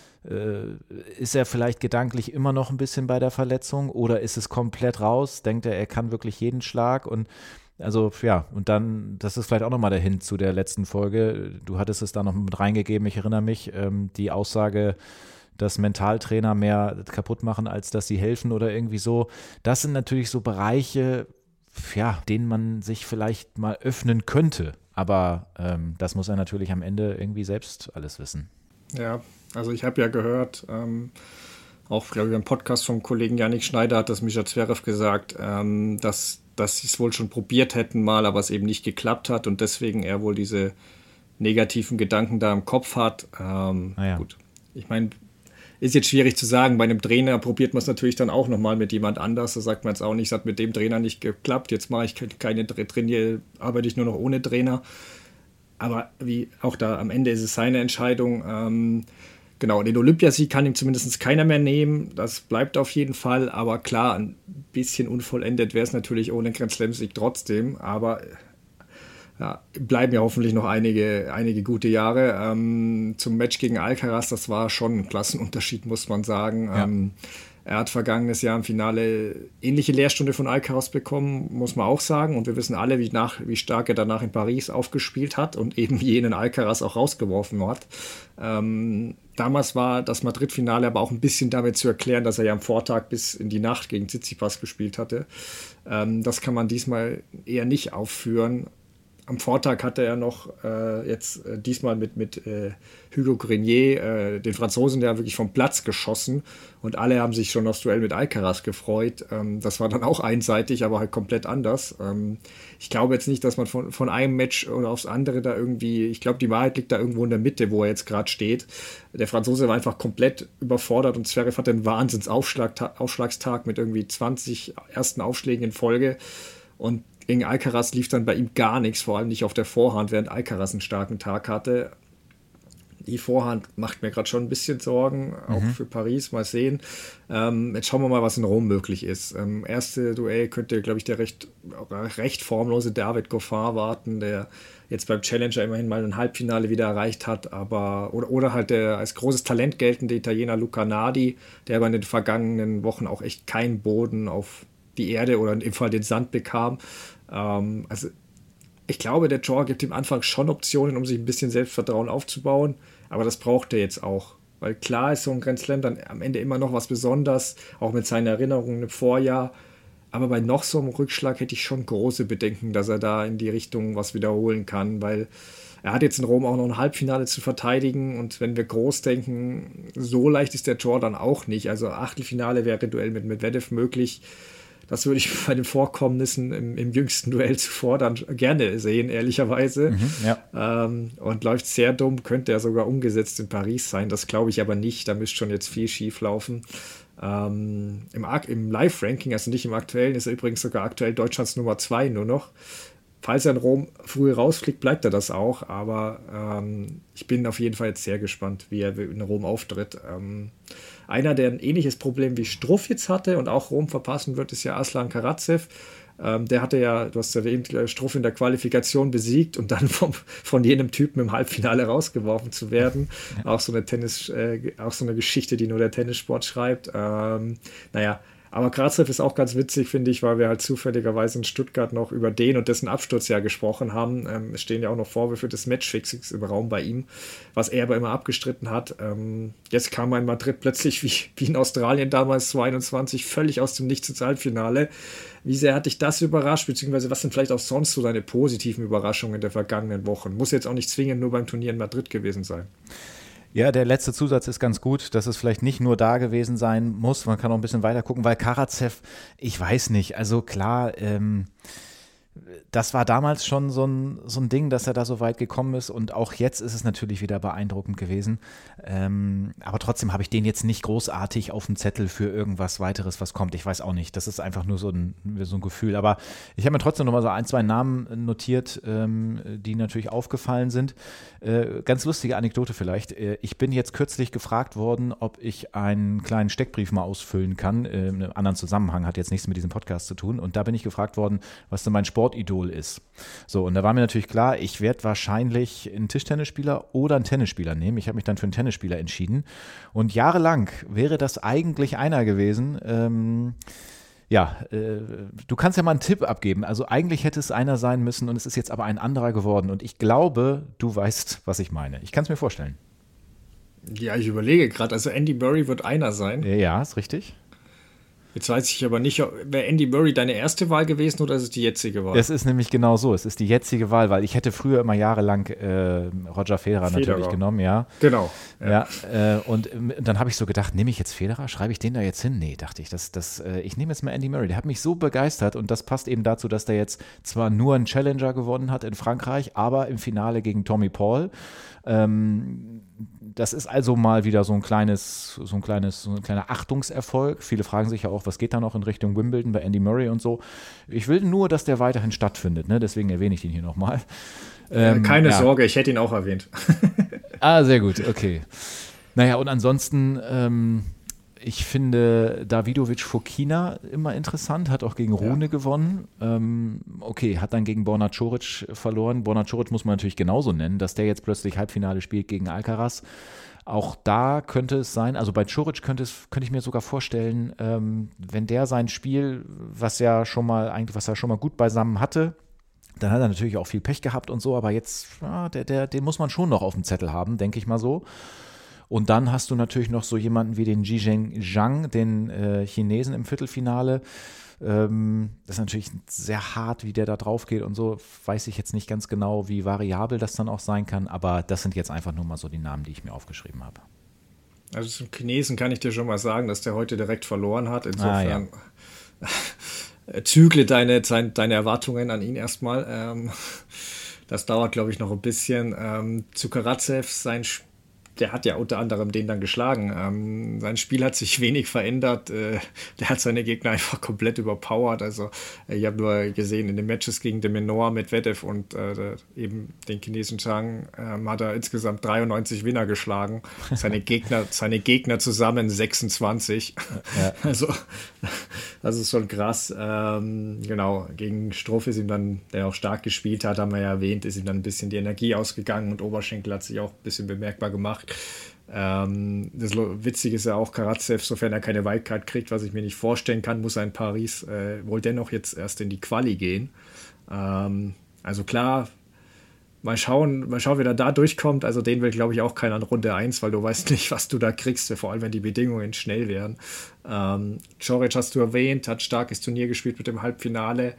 ist er vielleicht gedanklich immer noch ein bisschen bei der Verletzung oder ist es komplett raus? Denkt er, er kann wirklich jeden Schlag? Und also ja, und dann, das ist vielleicht auch nochmal der Hint zu der letzten Folge. Du hattest es da noch mit reingegeben, ich erinnere mich, ähm, die Aussage, dass Mentaltrainer mehr kaputt machen, als dass sie helfen oder irgendwie so. Das sind natürlich so Bereiche, ja, denen man sich vielleicht mal öffnen könnte. Aber ähm, das muss er natürlich am Ende irgendwie selbst alles wissen. Ja, also ich habe ja gehört, ähm, auch glaube ich im Podcast vom Kollegen Yannick Schneider hat das Mischa Zverev gesagt, ähm, dass, dass sie es wohl schon probiert hätten mal, aber es eben nicht geklappt hat und deswegen er wohl diese negativen Gedanken da im Kopf hat. Ähm, ah ja. Gut, ich meine, ist jetzt schwierig zu sagen, bei einem Trainer probiert man es natürlich dann auch nochmal mit jemand anders, da sagt man jetzt auch nicht, es hat mit dem Trainer nicht geklappt, jetzt mache ich keine Trainier, arbeite ich nur noch ohne Trainer. Aber wie auch da am Ende ist es seine Entscheidung. Ähm, genau, den Olympiasieg kann ihm zumindest keiner mehr nehmen. Das bleibt auf jeden Fall. Aber klar, ein bisschen unvollendet wäre es natürlich ohne Grand Slam-Sieg trotzdem. Aber ja, bleiben ja hoffentlich noch einige, einige gute Jahre. Ähm, zum Match gegen Alcaraz, das war schon ein Klassenunterschied, muss man sagen. Ja. Ähm, Er hat vergangenes Jahr im Finale ähnliche Lehrstunde von Alcaraz bekommen, muss man auch sagen. Und wir wissen alle, wie, nach, wie stark er danach in Paris aufgespielt hat und eben jenen Alcaraz auch rausgeworfen hat. Ähm, damals war das Madrid-Finale aber auch ein bisschen damit zu erklären, dass er ja am Vortag bis in die Nacht gegen Tsitsipas gespielt hatte. Ähm, das kann man diesmal eher nicht aufführen. Am Vortag hatte er noch äh, jetzt äh, diesmal mit, mit äh, Hugo Grenier, äh, den Franzosen, der wirklich vom Platz geschossen und alle haben sich schon aufs Duell mit Alcaraz gefreut. Ähm, das war dann auch einseitig, aber halt komplett anders. Ähm, ich glaube jetzt nicht, dass man von, von einem Match oder aufs andere da irgendwie, ich glaube, die Wahrheit liegt da irgendwo in der Mitte, wo er jetzt gerade steht. Der Franzose war einfach komplett überfordert und Zverev hatte einen Wahnsinns-Aufschlagstag mit irgendwie zwanzig ersten Aufschlägen in Folge und gegen Alcaraz lief dann bei ihm gar nichts, vor allem nicht auf der Vorhand, während Alcaraz einen starken Tag hatte. Die Vorhand macht mir gerade schon ein bisschen Sorgen, auch mhm. für Paris, mal sehen. Ähm, jetzt schauen wir mal, was in Rom möglich ist. Ähm, erste Duell könnte, glaube ich, der recht, recht formlose David Goffin warten, der jetzt beim Challenger immerhin mal ein Halbfinale wieder erreicht hat, aber oder, oder halt der als großes Talent geltende Italiener Luca Nardi, der aber in den vergangenen Wochen auch echt keinen Boden auf die Erde oder im Fall den Sand bekam. Ähm, also ich glaube, der Draw gibt ihm Anfang schon Optionen, um sich ein bisschen Selbstvertrauen aufzubauen, aber das braucht er jetzt auch. Weil klar ist so ein Grand Slam dann am Ende immer noch was Besonderes, auch mit seinen Erinnerungen im Vorjahr, Aber bei noch so einem Rückschlag hätte ich schon große Bedenken, dass er da in die Richtung was wiederholen kann, weil er hat jetzt in Rom auch noch ein Halbfinale zu verteidigen und wenn wir groß denken, so leicht ist der Draw dann auch nicht. Also Achtelfinale wäre Duell mit Medvedev möglich. Das würde ich bei den Vorkommnissen im, im jüngsten Duell zuvor dann gerne sehen, ehrlicherweise. Mhm, ja. ähm, und läuft sehr dumm, könnte er sogar umgesetzt in Paris sein. Das glaube ich aber nicht. Da müsste schon jetzt viel schief laufen. Ähm, im, im Live-Ranking, also nicht im aktuellen, ist er übrigens sogar aktuell Deutschlands Nummer zwei nur noch. Falls er in Rom früh rausfliegt, bleibt er das auch. Aber ähm, ich bin auf jeden Fall jetzt sehr gespannt, wie er in Rom auftritt. Ähm, einer, der ein ähnliches Problem wie Struff jetzt hatte und auch Rom verpassen wird, ist ja Aslan Karatsev. Ähm, der hatte ja, du hast erwähnt, Struff in der Qualifikation besiegt und dann vom, von jenem Typen im Halbfinale rausgeworfen zu werden. Ja. Auch so eine Tennis, äh, auch so eine Geschichte, die nur der Tennissport schreibt. Ähm, naja, aber Karatsev ist auch ganz witzig, finde ich, weil wir halt zufälligerweise in Stuttgart noch über den und dessen Absturz ja gesprochen haben. Ähm, es stehen ja auch noch Vorwürfe des Matchfixings im Raum bei ihm, was er aber immer abgestritten hat. Ähm, jetzt kam er in Madrid plötzlich, wie, wie in Australien damals zweitausendzweiundzwanzig, völlig aus dem Nichts ins Halbfinale. Wie sehr hat dich das überrascht, beziehungsweise was sind vielleicht auch sonst so deine positiven Überraschungen der vergangenen Wochen? Muss jetzt auch nicht zwingend nur beim Turnier in Madrid gewesen sein. Ja, der letzte Zusatz ist ganz gut, dass es vielleicht nicht nur da gewesen sein muss. Man kann auch ein bisschen weiter gucken, weil Karatsev, ich weiß nicht, also klar, ähm, das war damals schon so ein, so ein Ding, dass er da so weit gekommen ist und auch jetzt ist es natürlich wieder beeindruckend gewesen. Ähm, aber trotzdem habe ich den jetzt nicht großartig auf dem Zettel für irgendwas weiteres, was kommt. Ich weiß auch nicht, das ist einfach nur so ein, so ein Gefühl. Aber ich habe mir trotzdem nochmal so ein, zwei Namen notiert, ähm, die natürlich aufgefallen sind. Äh, ganz lustige Anekdote vielleicht. Äh, ich bin jetzt kürzlich gefragt worden, ob ich einen kleinen Steckbrief mal ausfüllen kann. Äh, in einem anderen Zusammenhang, hat jetzt nichts mit diesem Podcast zu tun. Und da bin ich gefragt worden, was denn mein Sportidol ist. So, und da war mir natürlich klar, ich werde wahrscheinlich einen Tischtennisspieler oder einen Tennisspieler nehmen. Ich habe mich dann für einen Tennisspieler entschieden. Und jahrelang wäre das eigentlich einer gewesen. Ähm, ja, äh, du kannst ja mal einen Tipp abgeben. Also eigentlich hätte es einer sein müssen und es ist jetzt aber ein anderer geworden. Und ich glaube, du weißt, was ich meine. Ich kann es mir vorstellen. Ja, ich überlege gerade. Also Andy Murray wird einer sein. Ja, ist richtig. Jetzt weiß ich aber nicht, wäre Andy Murray deine erste Wahl gewesen oder ist es die jetzige Wahl? Es ist nämlich genau so, es ist die jetzige Wahl, weil ich hätte früher immer jahrelang äh, Roger Federer, Federer natürlich genommen, ja. Genau. Ja, ja äh, und äh, dann habe ich so gedacht, nehme ich jetzt Federer, schreibe ich den da jetzt hin? Nee, dachte ich, das, das, äh, ich nehme jetzt mal Andy Murray. Der hat mich so begeistert und das passt eben dazu, dass der jetzt zwar nur einen Challenger gewonnen hat in Frankreich, aber im Finale gegen Tommy Paul. Ähm, das ist also mal wieder so ein kleines, so ein kleines, so ein kleiner Achtungserfolg. Viele fragen sich ja auch, was geht da noch in Richtung Wimbledon bei Andy Murray und so. Ich will nur, dass der weiterhin stattfindet, ne? Deswegen erwähne ich ihn hier nochmal. Ähm, Keine ja. Sorge, ich hätte ihn auch erwähnt. Ah, sehr gut, okay. Naja, und ansonsten, ähm, ich finde Davidovic Fokina immer interessant, hat auch gegen Rune ja. gewonnen. Ähm, okay, hat dann gegen Borna Coric verloren. Borna Coric muss man natürlich genauso nennen, dass der jetzt plötzlich Halbfinale spielt gegen Alcaraz. Auch da könnte es sein, also bei Coric könnte, es, könnte ich mir sogar vorstellen, ähm, wenn der sein Spiel, was ja schon mal eigentlich, was er schon mal gut beisammen hatte, dann hat er natürlich auch viel Pech gehabt und so, aber jetzt, ja, der, der, den muss man schon noch auf dem Zettel haben, denke ich mal so. Und dann hast du natürlich noch so jemanden wie den Zhizheng Zhang, den äh, Chinesen im Viertelfinale. Ähm, das ist natürlich sehr hart, wie der da drauf geht und so. Weiß ich jetzt nicht ganz genau, wie variabel das dann auch sein kann, aber das sind jetzt einfach nur mal so die Namen, die ich mir aufgeschrieben habe. Also zum Chinesen kann ich dir schon mal sagen, dass der heute direkt verloren hat. Insofern ah, ja. zügle deine, deine Erwartungen an ihn erstmal. Ähm, das dauert, glaube ich, noch ein bisschen. Ähm, zu Karatsev, sein Spiel. Der hat ja unter anderem den dann geschlagen. Ähm, sein Spiel hat sich wenig verändert. Äh, der hat seine Gegner einfach komplett überpowert. Also äh, ich habe nur gesehen, in den Matches gegen de Minaur, Medvedev und äh, eben den Chinesen Zhang ähm, hat er insgesamt dreiundneunzig Winner geschlagen. Seine Gegner, seine Gegner zusammen sechsundzwanzig. Ja. Also das ist schon krass. Ähm, genau, gegen Struff ist ihm dann, der auch stark gespielt hat, haben wir ja erwähnt, ist ihm dann ein bisschen die Energie ausgegangen und Oberschenkel hat sich auch ein bisschen bemerkbar gemacht. Ähm, das Witzige ist ja auch, Karatsev, sofern er keine Wildcard kriegt, was ich mir nicht vorstellen kann, muss er in Paris äh, wohl dennoch jetzt erst in die Quali gehen. Ähm, also klar, mal schauen, mal schauen, wie er da durchkommt. Also den will, glaube ich, auch keiner in Runde eins, weil du weißt nicht, was du da kriegst, vor allem wenn die Bedingungen schnell wären. Ähm, Coric hast du erwähnt, hat starkes Turnier gespielt mit dem Halbfinale.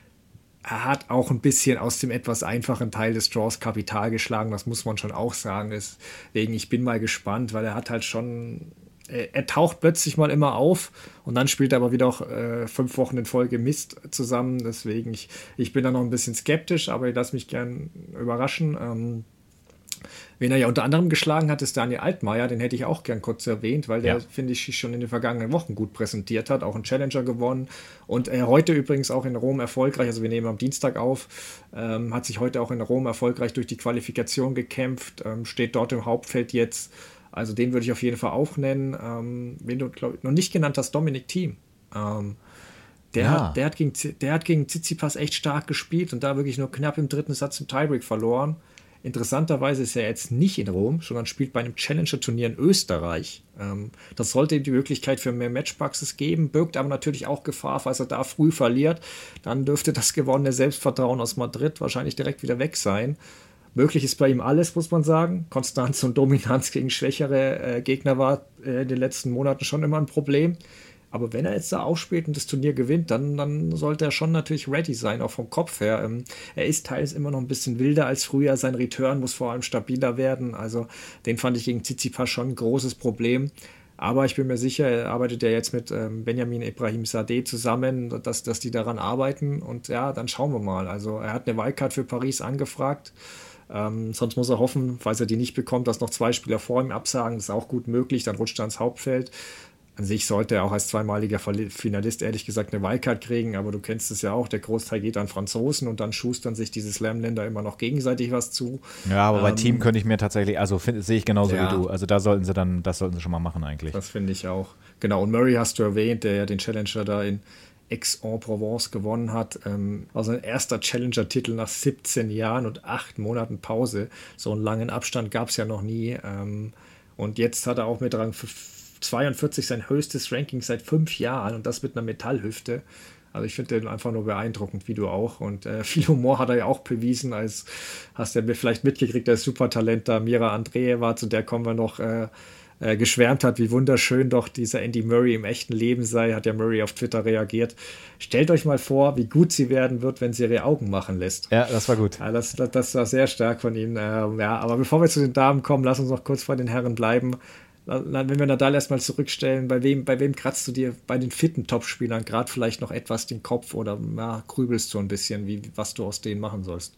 Er hat auch ein bisschen aus dem etwas einfachen Teil des Draws Kapital geschlagen, das muss man schon auch sagen. Deswegen, ich bin mal gespannt, weil er hat halt schon... Er taucht plötzlich mal immer auf und dann spielt er aber wieder auch äh, fünf Wochen in Folge Mist zusammen. Deswegen, ich, ich bin da noch ein bisschen skeptisch, aber ich lasse mich gern überraschen. Ähm, wen er ja unter anderem geschlagen hat, ist Daniel Altmaier. Den hätte ich auch gern kurz erwähnt, weil der, ja. finde ich, schon in den vergangenen Wochen gut präsentiert hat. Auch einen Challenger gewonnen. Und er heute übrigens auch in Rom erfolgreich, also wir nehmen am Dienstag auf, ähm, hat sich heute auch in Rom erfolgreich durch die Qualifikation gekämpft, ähm, steht dort im Hauptfeld jetzt. Also den würde ich auf jeden Fall auch nennen. Ähm, wen du glaub, noch nicht genannt hast, Dominic Thiem. Ähm, der, ja. hat, der, hat gegen, der hat gegen Tsitsipas echt stark gespielt und da wirklich nur knapp im dritten Satz im Tiebreak verloren. Interessanterweise ist er jetzt nicht in Rom, sondern spielt bei einem Challenger-Turnier in Österreich. Ähm, das sollte ihm die Möglichkeit für mehr Matchpraxis geben, birgt aber natürlich auch Gefahr, falls er da früh verliert. Dann dürfte das gewonnene Selbstvertrauen aus Madrid wahrscheinlich direkt wieder weg sein. Möglich ist bei ihm alles, muss man sagen. Konstanz und Dominanz gegen schwächere äh, Gegner war äh, in den letzten Monaten schon immer ein Problem. Aber wenn er jetzt da aufspielt und das Turnier gewinnt, dann, dann sollte er schon natürlich ready sein, auch vom Kopf her. Ähm, er ist teils immer noch ein bisschen wilder als früher. Sein Return muss vor allem stabiler werden. Also den fand ich gegen Tsitsipas schon ein großes Problem. Aber ich bin mir sicher, er arbeitet ja jetzt mit ähm, Benjamin Ibrahimzadeh zusammen, dass, dass die daran arbeiten. Und ja, dann schauen wir mal. Also er hat eine Wildcard für Paris angefragt. Ähm, sonst muss er hoffen, falls er die nicht bekommt, dass noch zwei Spieler vor ihm absagen. Das ist auch gut möglich, dann rutscht er ins Hauptfeld. An sich sollte er auch als zweimaliger Finalist ehrlich gesagt eine Wildcard kriegen, aber du kennst es ja auch, der Großteil geht an Franzosen und dann schustern sich diese Slam-Länder immer noch gegenseitig was zu. Ja, aber ähm, bei Team könnte ich mir tatsächlich, also find, sehe ich genauso ja. wie du, also da sollten sie dann, das sollten sie schon mal machen eigentlich. Das finde ich auch. Genau, und Murray hast du erwähnt, der ja den Challenger da in Aix-en-Provence gewonnen hat. Ähm, war sein erster Challenger-Titel nach siebzehn Jahren und acht Monaten Pause. So einen langen Abstand gab es ja noch nie. Ähm, und jetzt hat er auch mit Rang zweiundvierzig sein höchstes Ranking seit fünf Jahren und das mit einer Metallhüfte. Also ich finde den einfach nur beeindruckend, wie du auch. Und äh, viel Humor hat er ja auch bewiesen, als hast du ja vielleicht mitgekriegt, der Supertalent da Mira Andreeva, zu der kommen wir noch, äh, äh, geschwärmt hat, wie wunderschön doch dieser Andy Murray im echten Leben sei, hat ja Murray auf Twitter reagiert. Stellt euch mal vor, wie gut sie werden wird, wenn sie ihre Augen machen lässt. Ja, das war gut. Ja, das, das, das war sehr stark von ihm. Ähm, ja, aber bevor wir zu den Damen kommen, lass uns noch kurz bei den Herren bleiben. Wenn wir Nadal erstmal zurückstellen, bei wem, bei wem kratzt du dir bei den fitten Topspielern gerade vielleicht noch etwas den Kopf oder ja, grübelst du ein bisschen, wie, was du aus denen machen sollst?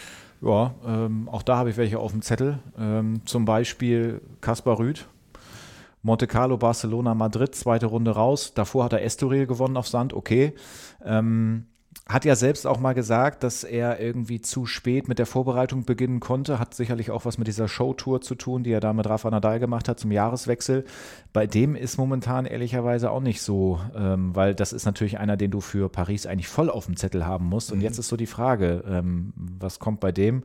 Ja, ähm, auch da habe ich welche auf dem Zettel. Ähm, zum Beispiel Kaspar Rüth. Monte Carlo, Barcelona, Madrid, zweite Runde raus. Davor hat er Estoril gewonnen auf Sand, okay. Ähm, hat ja selbst auch mal gesagt, dass er irgendwie zu spät mit der Vorbereitung beginnen konnte. Hat sicherlich auch was mit dieser Showtour zu tun, die er da mit Rafa Nadal gemacht hat zum Jahreswechsel. Bei dem ist momentan ehrlicherweise auch nicht so, ähm, weil das ist natürlich einer, den du für Paris eigentlich voll auf dem Zettel haben musst. Und mhm. jetzt ist so die Frage, ähm, was kommt bei dem?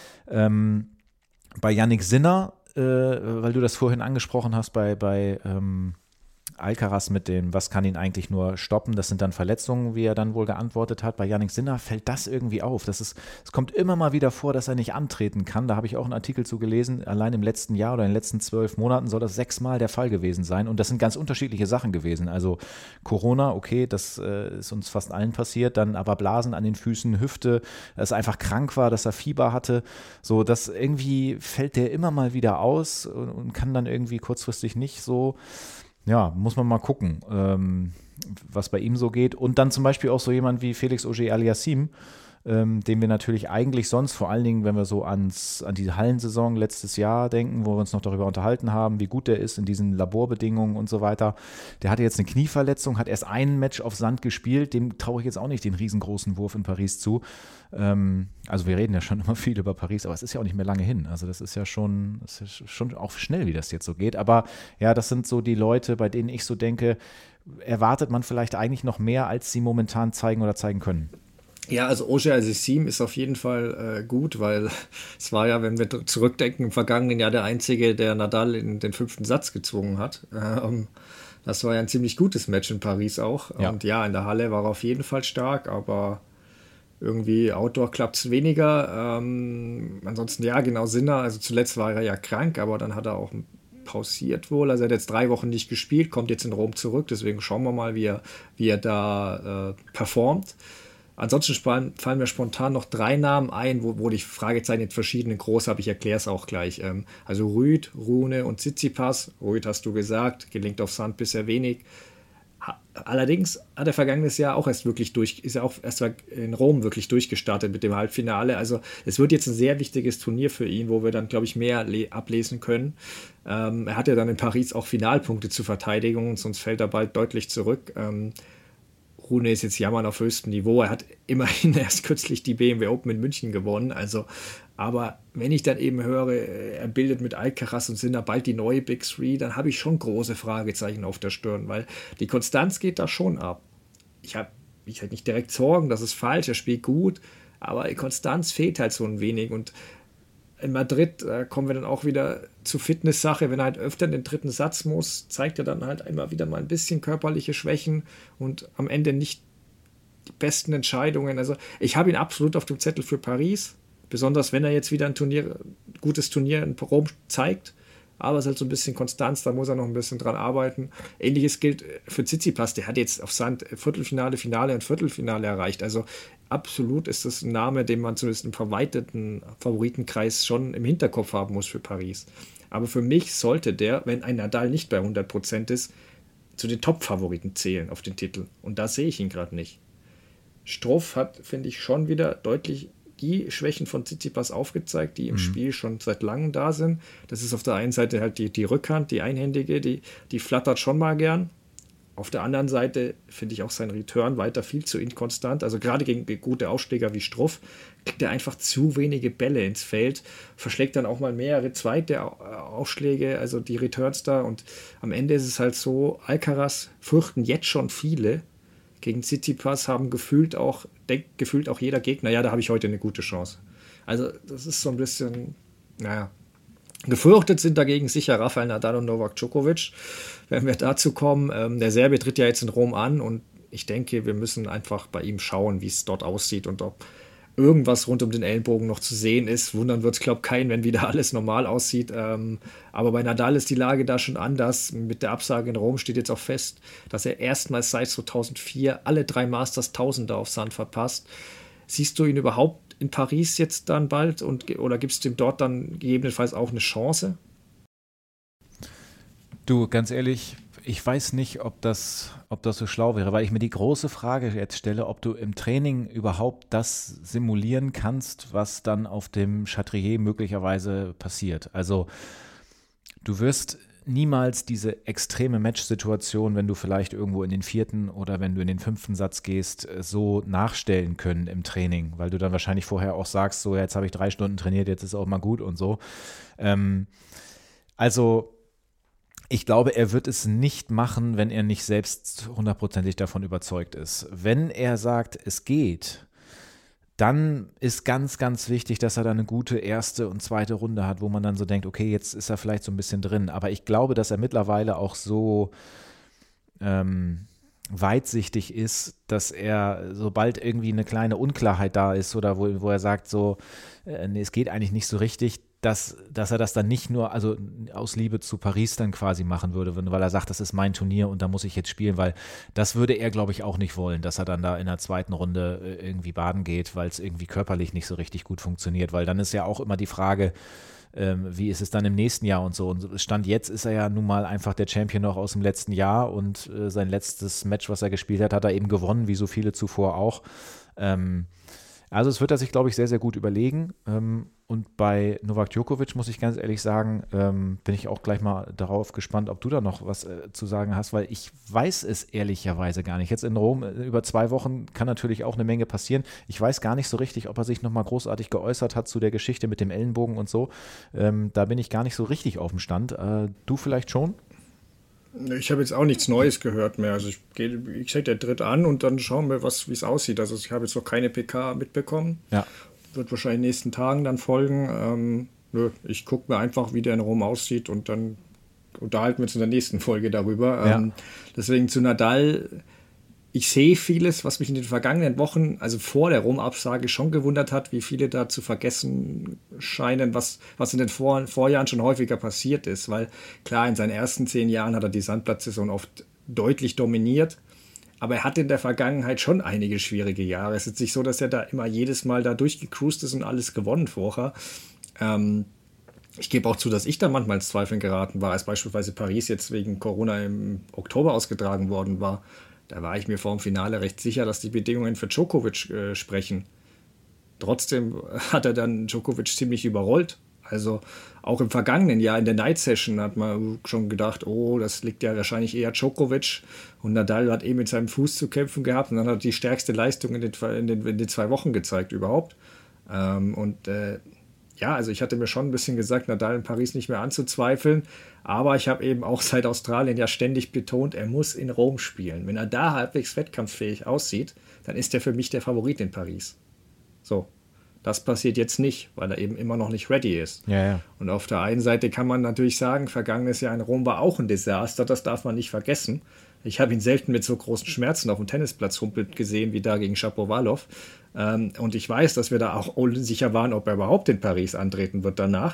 Ähm, bei Jannik Sinner, äh, weil du das vorhin angesprochen hast, bei, bei ähm, Alcaraz mit dem, was kann ihn eigentlich nur stoppen, das sind dann Verletzungen, wie er dann wohl geantwortet hat. Bei Jannik Sinner fällt das irgendwie auf. Das ist, es kommt immer mal wieder vor, dass er nicht antreten kann. Da habe ich auch einen Artikel zu gelesen. Allein im letzten Jahr oder in den letzten zwölf Monaten soll das sechsmal der Fall gewesen sein. Und das sind ganz unterschiedliche Sachen gewesen. Also Corona, okay, das äh, ist uns fast allen passiert. Dann aber Blasen an den Füßen, Hüfte, dass er einfach krank war, dass er Fieber hatte. So, das irgendwie fällt der immer mal wieder aus und, und kann dann irgendwie kurzfristig nicht so. Ja, muss man mal gucken, ähm, was bei ihm so geht. Und dann zum Beispiel auch so jemand wie Felix Auger-Aliassime, ähm, den wir natürlich eigentlich sonst, vor allen Dingen, wenn wir so ans, an die Hallensaison letztes Jahr denken, wo wir uns noch darüber unterhalten haben, wie gut der ist in diesen Laborbedingungen und so weiter. Der hatte jetzt eine Knieverletzung, hat erst ein Match auf Sand gespielt, dem traue ich jetzt auch nicht den riesengroßen Wurf in Paris zu. Ähm, also wir reden ja schon immer viel über Paris, aber es ist ja auch nicht mehr lange hin. Also das ist ja schon, das ist schon auch schnell, wie das jetzt so geht. Aber ja, das sind so die Leute, bei denen ich so denke, erwartet man vielleicht eigentlich noch mehr, als sie momentan zeigen oder zeigen können. Ja, also Auger-Aliassime ist auf jeden Fall äh, gut, weil es war ja, wenn wir zurückdenken, im vergangenen Jahr der Einzige, der Nadal in den fünften Satz gezwungen hat. Ähm, das war ja ein ziemlich gutes Match in Paris auch. Ja. Und ja, in der Halle war er auf jeden Fall stark, aber Irgendwie Outdoor klappt es weniger. Ähm, ansonsten, ja, genau, Sinner. Also zuletzt war er ja krank, aber dann hat er auch pausiert wohl. Also er hat jetzt drei Wochen nicht gespielt, kommt jetzt in Rom zurück. Deswegen schauen wir mal, wie er, wie er da äh, performt. Ansonsten fallen, fallen mir spontan noch drei Namen ein, wo, wo die Fragezeichen jetzt verschiedene groß habe. Ich erkläre es auch gleich. Ähm, also Ruud, Rune und Tsitsipas. Ruud hast du gesagt, gelingt auf Sand bisher wenig. Allerdings hat er vergangenes Jahr auch erst wirklich durch, ist er auch erst in Rom wirklich durchgestartet mit dem Halbfinale. Also es wird jetzt ein sehr wichtiges Turnier für ihn, wo wir dann, glaube ich, mehr le- ablesen können. Ähm, er hat ja dann in Paris auch Finalpunkte zur Verteidigung, sonst fällt er bald deutlich zurück. Ähm, Rune ist jetzt jammern auf höchstem Niveau. Er hat immerhin erst kürzlich die B M W Open in München gewonnen. Also, aber wenn ich dann eben höre, er bildet mit Alcaraz und Sinner bald die neue Big Three, dann habe ich schon große Fragezeichen auf der Stirn, weil die Konstanz geht da schon ab. Ich habe ich halt nicht direkt Sorgen, das ist falsch, er spielt gut, aber die Konstanz fehlt halt so ein wenig. Und in Madrid äh, kommen wir dann auch wieder zur Fitness-Sache. Wenn er halt öfter in den dritten Satz muss, zeigt er dann halt immer wieder mal ein bisschen körperliche Schwächen und am Ende nicht die besten Entscheidungen. Also ich habe ihn absolut auf dem Zettel für Paris, besonders wenn er jetzt wieder ein Turnier, gutes Turnier in Rom zeigt. Aber es ist halt so ein bisschen Konstanz, da muss er noch ein bisschen dran arbeiten. Ähnliches gilt für Tsitsipas, der hat jetzt auf Sand Viertelfinale, Finale und Viertelfinale erreicht. Also absolut ist das ein Name, den man zumindest im verweiteten Favoritenkreis schon im Hinterkopf haben muss für Paris. Aber für mich sollte der, wenn ein Nadal nicht bei hundert Prozent ist, zu den Top-Favoriten zählen auf den Titel. Und da sehe ich ihn gerade nicht. Struff hat, finde ich, schon wieder deutlich die Schwächen von Tsitsipas aufgezeigt, die im mhm. Spiel schon seit langem da sind. Das ist auf der einen Seite halt die, die Rückhand, die einhändige, die, die flattert schon mal gern. Auf der anderen Seite finde ich auch sein Return weiter viel zu inkonstant. Also gerade gegen gute Aufschläger wie Struff kriegt er einfach zu wenige Bälle ins Feld, verschlägt dann auch mal mehrere zweite Aufschläge, also die Returns da. Und am Ende ist es halt so, Alcaraz fürchten jetzt schon viele. Gegen Tsitsipas haben gefühlt auch, denkt gefühlt auch jeder Gegner, ja, da habe ich heute eine gute Chance. Also das ist so ein bisschen, naja, gefürchtet sind dagegen sicher Rafael Nadal und Novak Djokovic. Wenn wir dazu kommen, ähm, der Serbe tritt ja jetzt in Rom an und ich denke, wir müssen einfach bei ihm schauen, wie es dort aussieht und ob irgendwas rund um den Ellenbogen noch zu sehen ist. Wundern wird es, glaube ich, keinen, wenn wieder alles normal aussieht. Ähm, aber bei Nadal ist die Lage da schon anders. Mit der Absage in Rom steht jetzt auch fest, dass er erstmals seit zweitausendvier alle drei Masters Tausender auf Sand verpasst. Siehst du ihn überhaupt in Paris jetzt dann bald und, oder gibst du ihm dort dann gegebenenfalls auch eine Chance? Du, ganz ehrlich, ich weiß nicht, ob das, ob das so schlau wäre, weil ich mir die große Frage jetzt stelle, ob du im Training überhaupt das simulieren kannst, was dann auf dem Chatrier möglicherweise passiert. Also du wirst niemals diese extreme Matchsituation, wenn du vielleicht irgendwo in den vierten oder wenn du in den fünften Satz gehst, so nachstellen können im Training, weil du dann wahrscheinlich vorher auch sagst, so jetzt habe ich drei Stunden trainiert, jetzt ist auch mal gut und so. Ähm, also ich glaube, er wird es nicht machen, wenn er nicht selbst hundertprozentig davon überzeugt ist. Wenn er sagt, es geht, dann ist ganz, ganz wichtig, dass er da eine gute erste und zweite Runde hat, wo man dann so denkt, okay, jetzt ist er vielleicht so ein bisschen drin. Aber ich glaube, dass er mittlerweile auch so ähm, weitsichtig ist, dass er, sobald irgendwie eine kleine Unklarheit da ist oder wo, wo er sagt, so, äh, nee, es geht eigentlich nicht so richtig, dass, dass er das dann nicht nur, also aus Liebe zu Paris dann quasi machen würde, weil er sagt, das ist mein Turnier und da muss ich jetzt spielen, weil das würde er, glaube ich, auch nicht wollen, dass er dann da in der zweiten Runde irgendwie baden geht, weil es irgendwie körperlich nicht so richtig gut funktioniert, weil dann ist ja auch immer die Frage, ähm, wie ist es dann im nächsten Jahr und so. Und Stand jetzt ist er ja nun mal einfach der Champion noch aus dem letzten Jahr und äh, sein letztes Match, was er gespielt hat, hat er eben gewonnen, wie so viele zuvor auch. Ähm, also es wird er sich, glaube ich, sehr, sehr gut überlegen. Ähm, Und bei Novak Djokovic, muss ich ganz ehrlich sagen, ähm, bin ich auch gleich mal darauf gespannt, ob du da noch was äh, zu sagen hast, weil ich weiß es ehrlicherweise gar nicht. Jetzt in Rom äh, über zwei Wochen kann natürlich auch eine Menge passieren. Ich weiß gar nicht so richtig, ob er sich nochmal großartig geäußert hat zu der Geschichte mit dem Ellenbogen und so. Ähm, da bin ich gar nicht so richtig auf dem Stand. Äh, du vielleicht schon? Ich habe jetzt auch nichts Neues gehört mehr. Also ich gehe, ich sage, der tritt an und dann schauen wir, wie es aussieht. Also ich habe jetzt noch keine P K mitbekommen. Ja. Wird wahrscheinlich in den nächsten Tagen dann folgen. Ähm, nö, ich gucke mir einfach, wie der in Rom aussieht und dann unterhalten wir uns in der nächsten Folge darüber. Ja. Ähm, deswegen zu Nadal, ich sehe vieles, was mich in den vergangenen Wochen, also vor der Rom-Absage, schon gewundert hat, wie viele da zu vergessen scheinen, was, was in den vor, Vorjahren schon häufiger passiert ist. Weil klar, in seinen ersten zehn Jahren hat er die Sandplatzsaison oft deutlich dominiert. Aber er hatte in der Vergangenheit schon einige schwierige Jahre. Es ist nicht so, dass er da immer jedes Mal da durchgecruised ist und alles gewonnen vorher. Ähm, ich gebe auch zu, dass ich da manchmal ins Zweifeln geraten war, als beispielsweise Paris jetzt wegen Corona im Oktober ausgetragen worden war. Da war ich mir vor dem Finale recht sicher, dass die Bedingungen für Djokovic äh, sprechen. Trotzdem hat er dann Djokovic ziemlich überrollt. Also auch im vergangenen Jahr in der Night Session hat man schon gedacht, oh, das liegt ja wahrscheinlich eher Djokovic. Und Nadal hat eben mit seinem Fuß zu kämpfen gehabt und dann hat er die stärkste Leistung in den, in den, in den zwei Wochen gezeigt überhaupt. Ähm, und äh, ja, also ich hatte mir schon ein bisschen gesagt, Nadal in Paris nicht mehr anzuzweifeln. Aber ich habe eben auch seit Australien ja ständig betont, er muss in Rom spielen. Wenn er da halbwegs wettkampffähig aussieht, dann ist er für mich der Favorit in Paris. So, das passiert jetzt nicht, weil er eben immer noch nicht ready ist. Ja, ja. Und auf der einen Seite kann man natürlich sagen, vergangenes Jahr in Rom war auch ein Desaster, das darf man nicht vergessen. Ich habe ihn selten mit so großen Schmerzen auf dem Tennisplatz humpelt gesehen wie da gegen Shapovalov. Ähm, und ich weiß, dass wir da auch unsicher waren, ob er überhaupt in Paris antreten wird danach.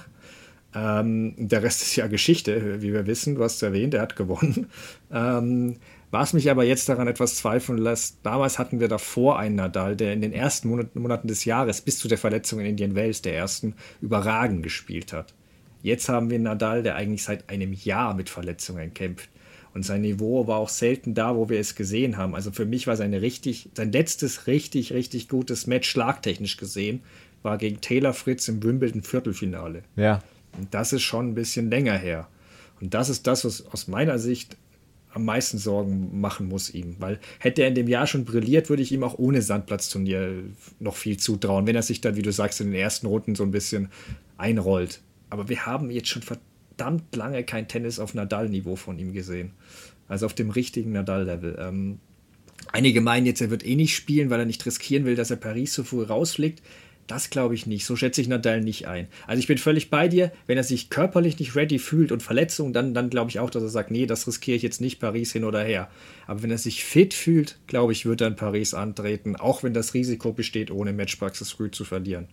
Ähm, der Rest ist ja Geschichte, wie wir wissen. Du hast es erwähnt, er hat gewonnen. Ähm, was mich aber jetzt daran etwas zweifeln lässt, damals hatten wir davor einen Nadal, der in den ersten Monaten, Monaten des Jahres bis zu der Verletzung in Indian Wells, der ersten, überragend gespielt hat. Jetzt haben wir einen Nadal, der eigentlich seit einem Jahr mit Verletzungen kämpft. Und sein Niveau war auch selten da, wo wir es gesehen haben. Also für mich war seine richtig, sein letztes richtig, richtig gutes Match, schlagtechnisch gesehen, war gegen Taylor Fritz im Wimbledon-Viertelfinale. Ja. Und das ist schon ein bisschen länger her. Und das ist das, was aus meiner Sicht am meisten Sorgen machen muss ihm. Weil hätte er in dem Jahr schon brilliert, würde ich ihm auch ohne Sandplatzturnier noch viel zutrauen, wenn er sich dann, wie du sagst, in den ersten Runden so ein bisschen einrollt. Aber wir haben jetzt schon verdammt lange kein Tennis auf Nadal-Niveau von ihm gesehen. Also auf dem richtigen Nadal-Level. Ähm, einige meinen jetzt, er wird eh nicht spielen, weil er nicht riskieren will, dass er Paris so früh rausfliegt. Das glaube ich nicht. So schätze ich Nadal nicht ein. Also ich bin völlig bei dir. Wenn er sich körperlich nicht ready fühlt und Verletzung, dann, dann glaube ich auch, dass er sagt, nee, das riskiere ich jetzt nicht, Paris hin oder her. Aber wenn er sich fit fühlt, glaube ich, wird er in Paris antreten, auch wenn das Risiko besteht, ohne Matchpraxis früh zu verlieren.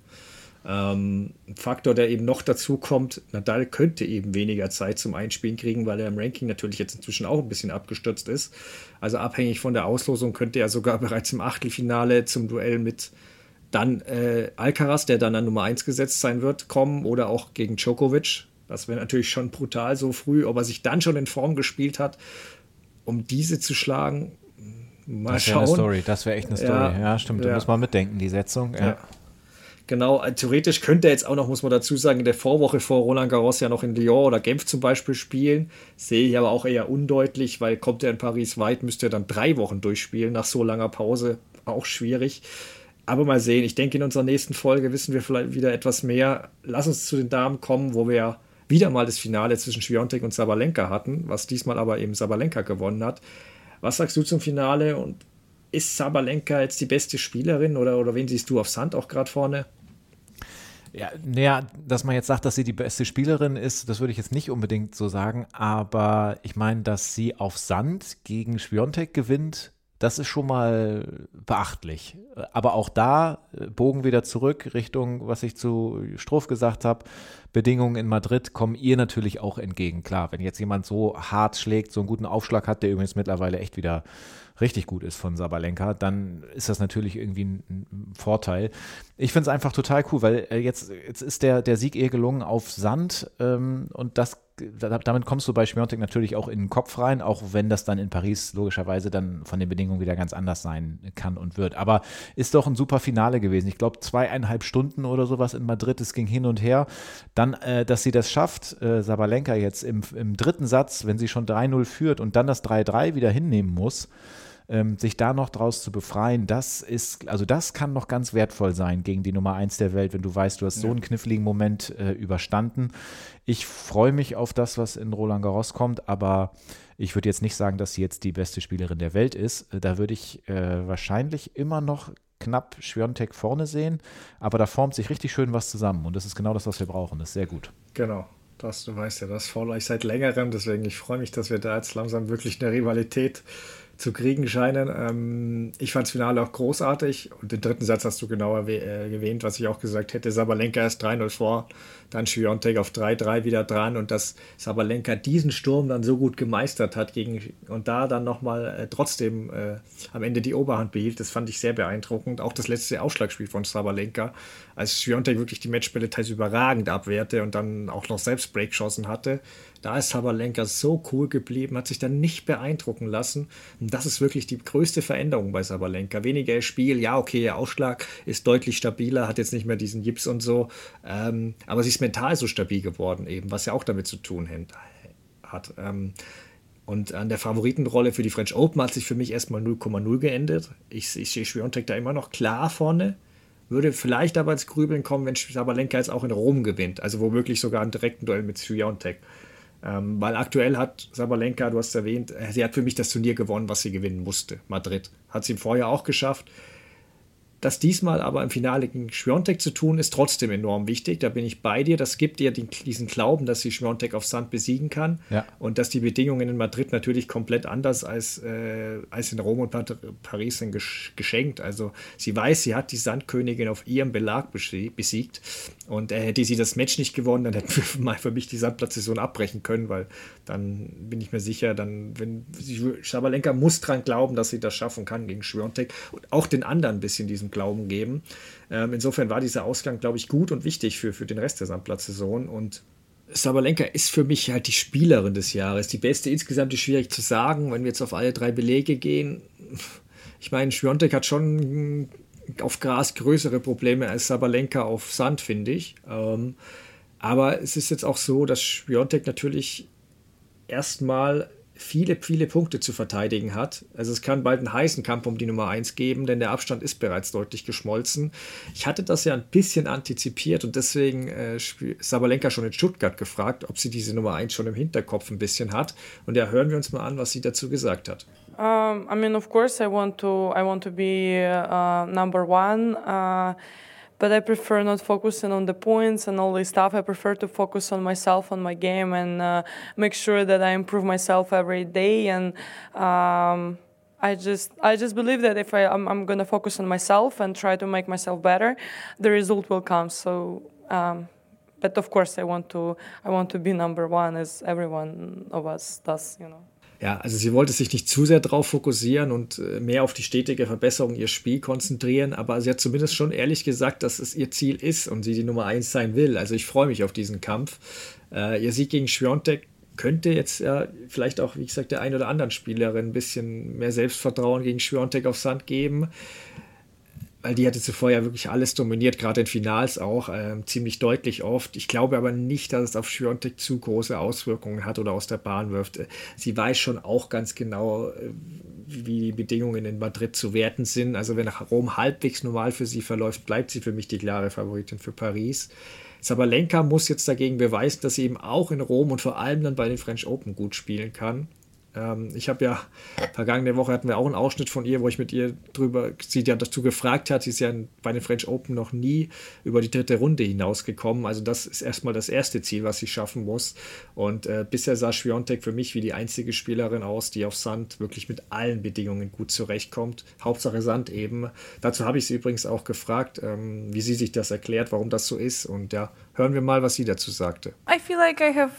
Ähm, ein Faktor, der eben noch dazu kommt, Nadal könnte eben weniger Zeit zum Einspielen kriegen, weil er im Ranking natürlich jetzt inzwischen auch ein bisschen abgestürzt ist. Also abhängig von der Auslosung könnte er sogar bereits im Achtelfinale zum Duell mit dann äh, Alcaraz, der dann an Nummer eins gesetzt sein wird, kommen oder auch gegen Djokovic. Das wäre natürlich schon brutal so früh, ob er sich dann schon in Form gespielt hat, um diese zu schlagen. Mal das schauen. Das wäre eine Story, das wäre echt eine Story. Ja, ja stimmt, da ja. muss man mitdenken, die Setzung. Ja. Ja. Genau, theoretisch könnte er jetzt auch noch, muss man dazu sagen, in der Vorwoche vor Roland Garros ja noch in Lyon oder Genf zum Beispiel spielen. Sehe ich aber auch eher undeutlich, weil kommt er in Paris weit, müsste er dann drei Wochen durchspielen, nach so langer Pause. Auch schwierig. Aber mal sehen, ich denke, in unserer nächsten Folge wissen wir vielleicht wieder etwas mehr. Lass uns zu den Damen kommen, wo wir wieder mal das Finale zwischen Świątek und Sabalenka hatten, was diesmal aber eben Sabalenka gewonnen hat. Was sagst du zum Finale und ist Sabalenka jetzt die beste Spielerin oder, oder wen siehst du auf Sand auch gerade vorne? Ja, naja, dass man jetzt sagt, dass sie die beste Spielerin ist, das würde ich jetzt nicht unbedingt so sagen, aber ich meine, dass sie auf Sand gegen Świątek gewinnt, das ist schon mal beachtlich. Aber auch da, Bogen wieder zurück Richtung, was ich zu Struff gesagt habe, Bedingungen in Madrid kommen ihr natürlich auch entgegen. Klar, wenn jetzt jemand so hart schlägt, so einen guten Aufschlag hat, der übrigens mittlerweile echt wieder richtig gut ist von Sabalenka, dann ist das natürlich irgendwie ein, ein Vorteil. Ich finde es einfach total cool, weil äh, jetzt, jetzt ist der, der Sieg eher gelungen auf Sand ähm, und das damit kommst du bei Świątek natürlich auch in den Kopf rein, auch wenn das dann in Paris logischerweise dann von den Bedingungen wieder ganz anders sein kann und wird. Aber ist doch ein super Finale gewesen. Ich glaube, zweieinhalb Stunden oder sowas in Madrid, es ging hin und her. Dann, äh, dass sie das schafft, äh, Sabalenka jetzt im, im dritten Satz, wenn sie schon drei null führt und dann das drei drei wieder hinnehmen muss, Ähm, sich da noch draus zu befreien, das ist, also das kann noch ganz wertvoll sein gegen die Nummer eins der Welt, wenn du weißt, du hast so einen kniffligen Moment äh, überstanden. Ich freue mich auf das, was in Roland Garros kommt, aber ich würde jetzt nicht sagen, dass sie jetzt die beste Spielerin der Welt ist. Da würde ich äh, wahrscheinlich immer noch knapp Świątek vorne sehen, aber da formt sich richtig schön was zusammen und das ist genau das, was wir brauchen. Das ist sehr gut. Genau. Das, du weißt ja, das fordere ich seit längerem, deswegen ich freue mich, dass wir da jetzt langsam wirklich eine Rivalität zu kriegen scheinen. Ähm, ich fand das Finale auch großartig und den dritten Satz hast du genau erwäh- äh, erwähnt, was ich auch gesagt hätte. Sabalenka erst drei null vor, dann Świątek auf drei drei wieder dran und dass Sabalenka diesen Sturm dann so gut gemeistert hat gegen und da dann nochmal äh, trotzdem äh, am Ende die Oberhand behielt, das fand ich sehr beeindruckend. Auch das letzte Aufschlagspiel von Sabalenka, als Świątek wirklich die Matchbälle teils überragend abwehrte und dann auch noch selbst Breakchancen hatte. Da ist Sabalenka so cool geblieben, hat sich dann nicht beeindrucken lassen. Und das ist wirklich die größte Veränderung bei Sabalenka. Weniger Spiel, ja, okay, ihr Ausschlag ist deutlich stabiler, hat jetzt nicht mehr diesen Jips und so. Ähm, aber sie ist mental so stabil geworden eben, was ja auch damit zu tun hat. Ähm, und an der Favoritenrolle für die French Open hat sich für mich erstmal null Komma null geendet. Ich, ich sehe Świątek da immer noch klar vorne. Würde vielleicht aber ins Grübeln kommen, wenn Sabalenka jetzt auch in Rom gewinnt. Also womöglich sogar einen direkten Duell mit Świątek. Ähm, weil aktuell hat Sabalenka, du hast erwähnt, sie hat für mich das Turnier gewonnen, was sie gewinnen musste. Madrid. Hat sie im Vorjahr auch geschafft. Das diesmal aber im Finale gegen Świątek zu tun, ist trotzdem enorm wichtig. Da bin ich bei dir. Das gibt ihr den, diesen Glauben, dass sie Świątek auf Sand besiegen kann. Ja. Und dass die Bedingungen in Madrid natürlich komplett anders als, äh, als in Rom und Paris sind geschenkt. Also sie weiß, sie hat die Sandkönigin auf ihrem Belag besiegt. Und äh, hätte sie das Match nicht gewonnen, dann hätten wir mal für mich die Sandplatzsaison abbrechen können, weil dann bin ich mir sicher, dann, wenn Sabalenka muss dran glauben, dass sie das schaffen kann gegen Świątek und auch den anderen ein bisschen diesen Glauben geben. Ähm, insofern war dieser Ausgang, glaube ich, gut und wichtig für, für den Rest der Sandplatzsaison. Und Sabalenka ist für mich halt die Spielerin des Jahres. Die beste insgesamt ist schwierig zu sagen, wenn wir jetzt auf alle drei Belege gehen. Ich meine, Świątek hat schon auf Gras größere Probleme als Sabalenka auf Sand, finde ich. Ähm, aber es ist jetzt auch so, dass Świątek natürlich erstmal viele, viele Punkte zu verteidigen hat. Also es kann bald einen heißen Kampf um die Nummer eins geben, denn der Abstand ist bereits deutlich geschmolzen. Ich hatte das ja ein bisschen antizipiert und deswegen äh, Sabalenka schon in Stuttgart gefragt, ob sie diese Nummer eins schon im Hinterkopf ein bisschen hat. Und ja, hören wir uns mal an, was sie dazu gesagt hat. Um, I mean, of course, I want to. I want to be uh, number one, uh, but I prefer not focusing on the points and all this stuff. I prefer to focus on myself, on my game, and uh, make sure that I improve myself every day. And um, I just, I just believe that if I, I'm, I'm gonna focus on myself and try to make myself better, the result will come. So. Um, but of course, I want to. I want to be number one, as everyone of us does, you know. Ja, also sie wollte sich nicht zu sehr drauf fokussieren und mehr auf die stetige Verbesserung ihr Spiel konzentrieren, aber sie hat zumindest schon ehrlich gesagt, dass es ihr Ziel ist und sie die Nummer eins sein will. Also ich freue mich auf diesen Kampf. Äh, ihr Sieg gegen Świątek könnte jetzt ja vielleicht auch, wie gesagt, der ein oder anderen Spielerin ein bisschen mehr Selbstvertrauen gegen Świątek auf Sand geben. Weil die hatte zuvor ja wirklich alles dominiert, gerade in Finals auch, äh, ziemlich deutlich oft. Ich glaube aber nicht, dass es auf Świątek zu große Auswirkungen hat oder aus der Bahn wirft. Sie weiß schon auch ganz genau, wie die Bedingungen in Madrid zu werten sind. Also wenn Rom halbwegs normal für sie verläuft, bleibt sie für mich die klare Favoritin für Paris. Sabalenka muss jetzt dagegen beweisen, dass sie eben auch in Rom und vor allem dann bei den French Open gut spielen kann. Ich habe ja, vergangene Woche hatten wir auch einen Ausschnitt von ihr, wo ich mit ihr drüber, sie ja dazu gefragt hat, sie ist ja bei den French Open noch nie über die dritte Runde hinausgekommen, also das ist erstmal das erste Ziel, was sie schaffen muss und äh, bisher sah Świątek für mich wie die einzige Spielerin aus, die auf Sand wirklich mit allen Bedingungen gut zurechtkommt, Hauptsache Sand eben. Dazu habe ich sie übrigens auch gefragt, ähm, wie sie sich das erklärt, warum das so ist und ja, hören wir mal, was sie dazu sagte. I feel like I have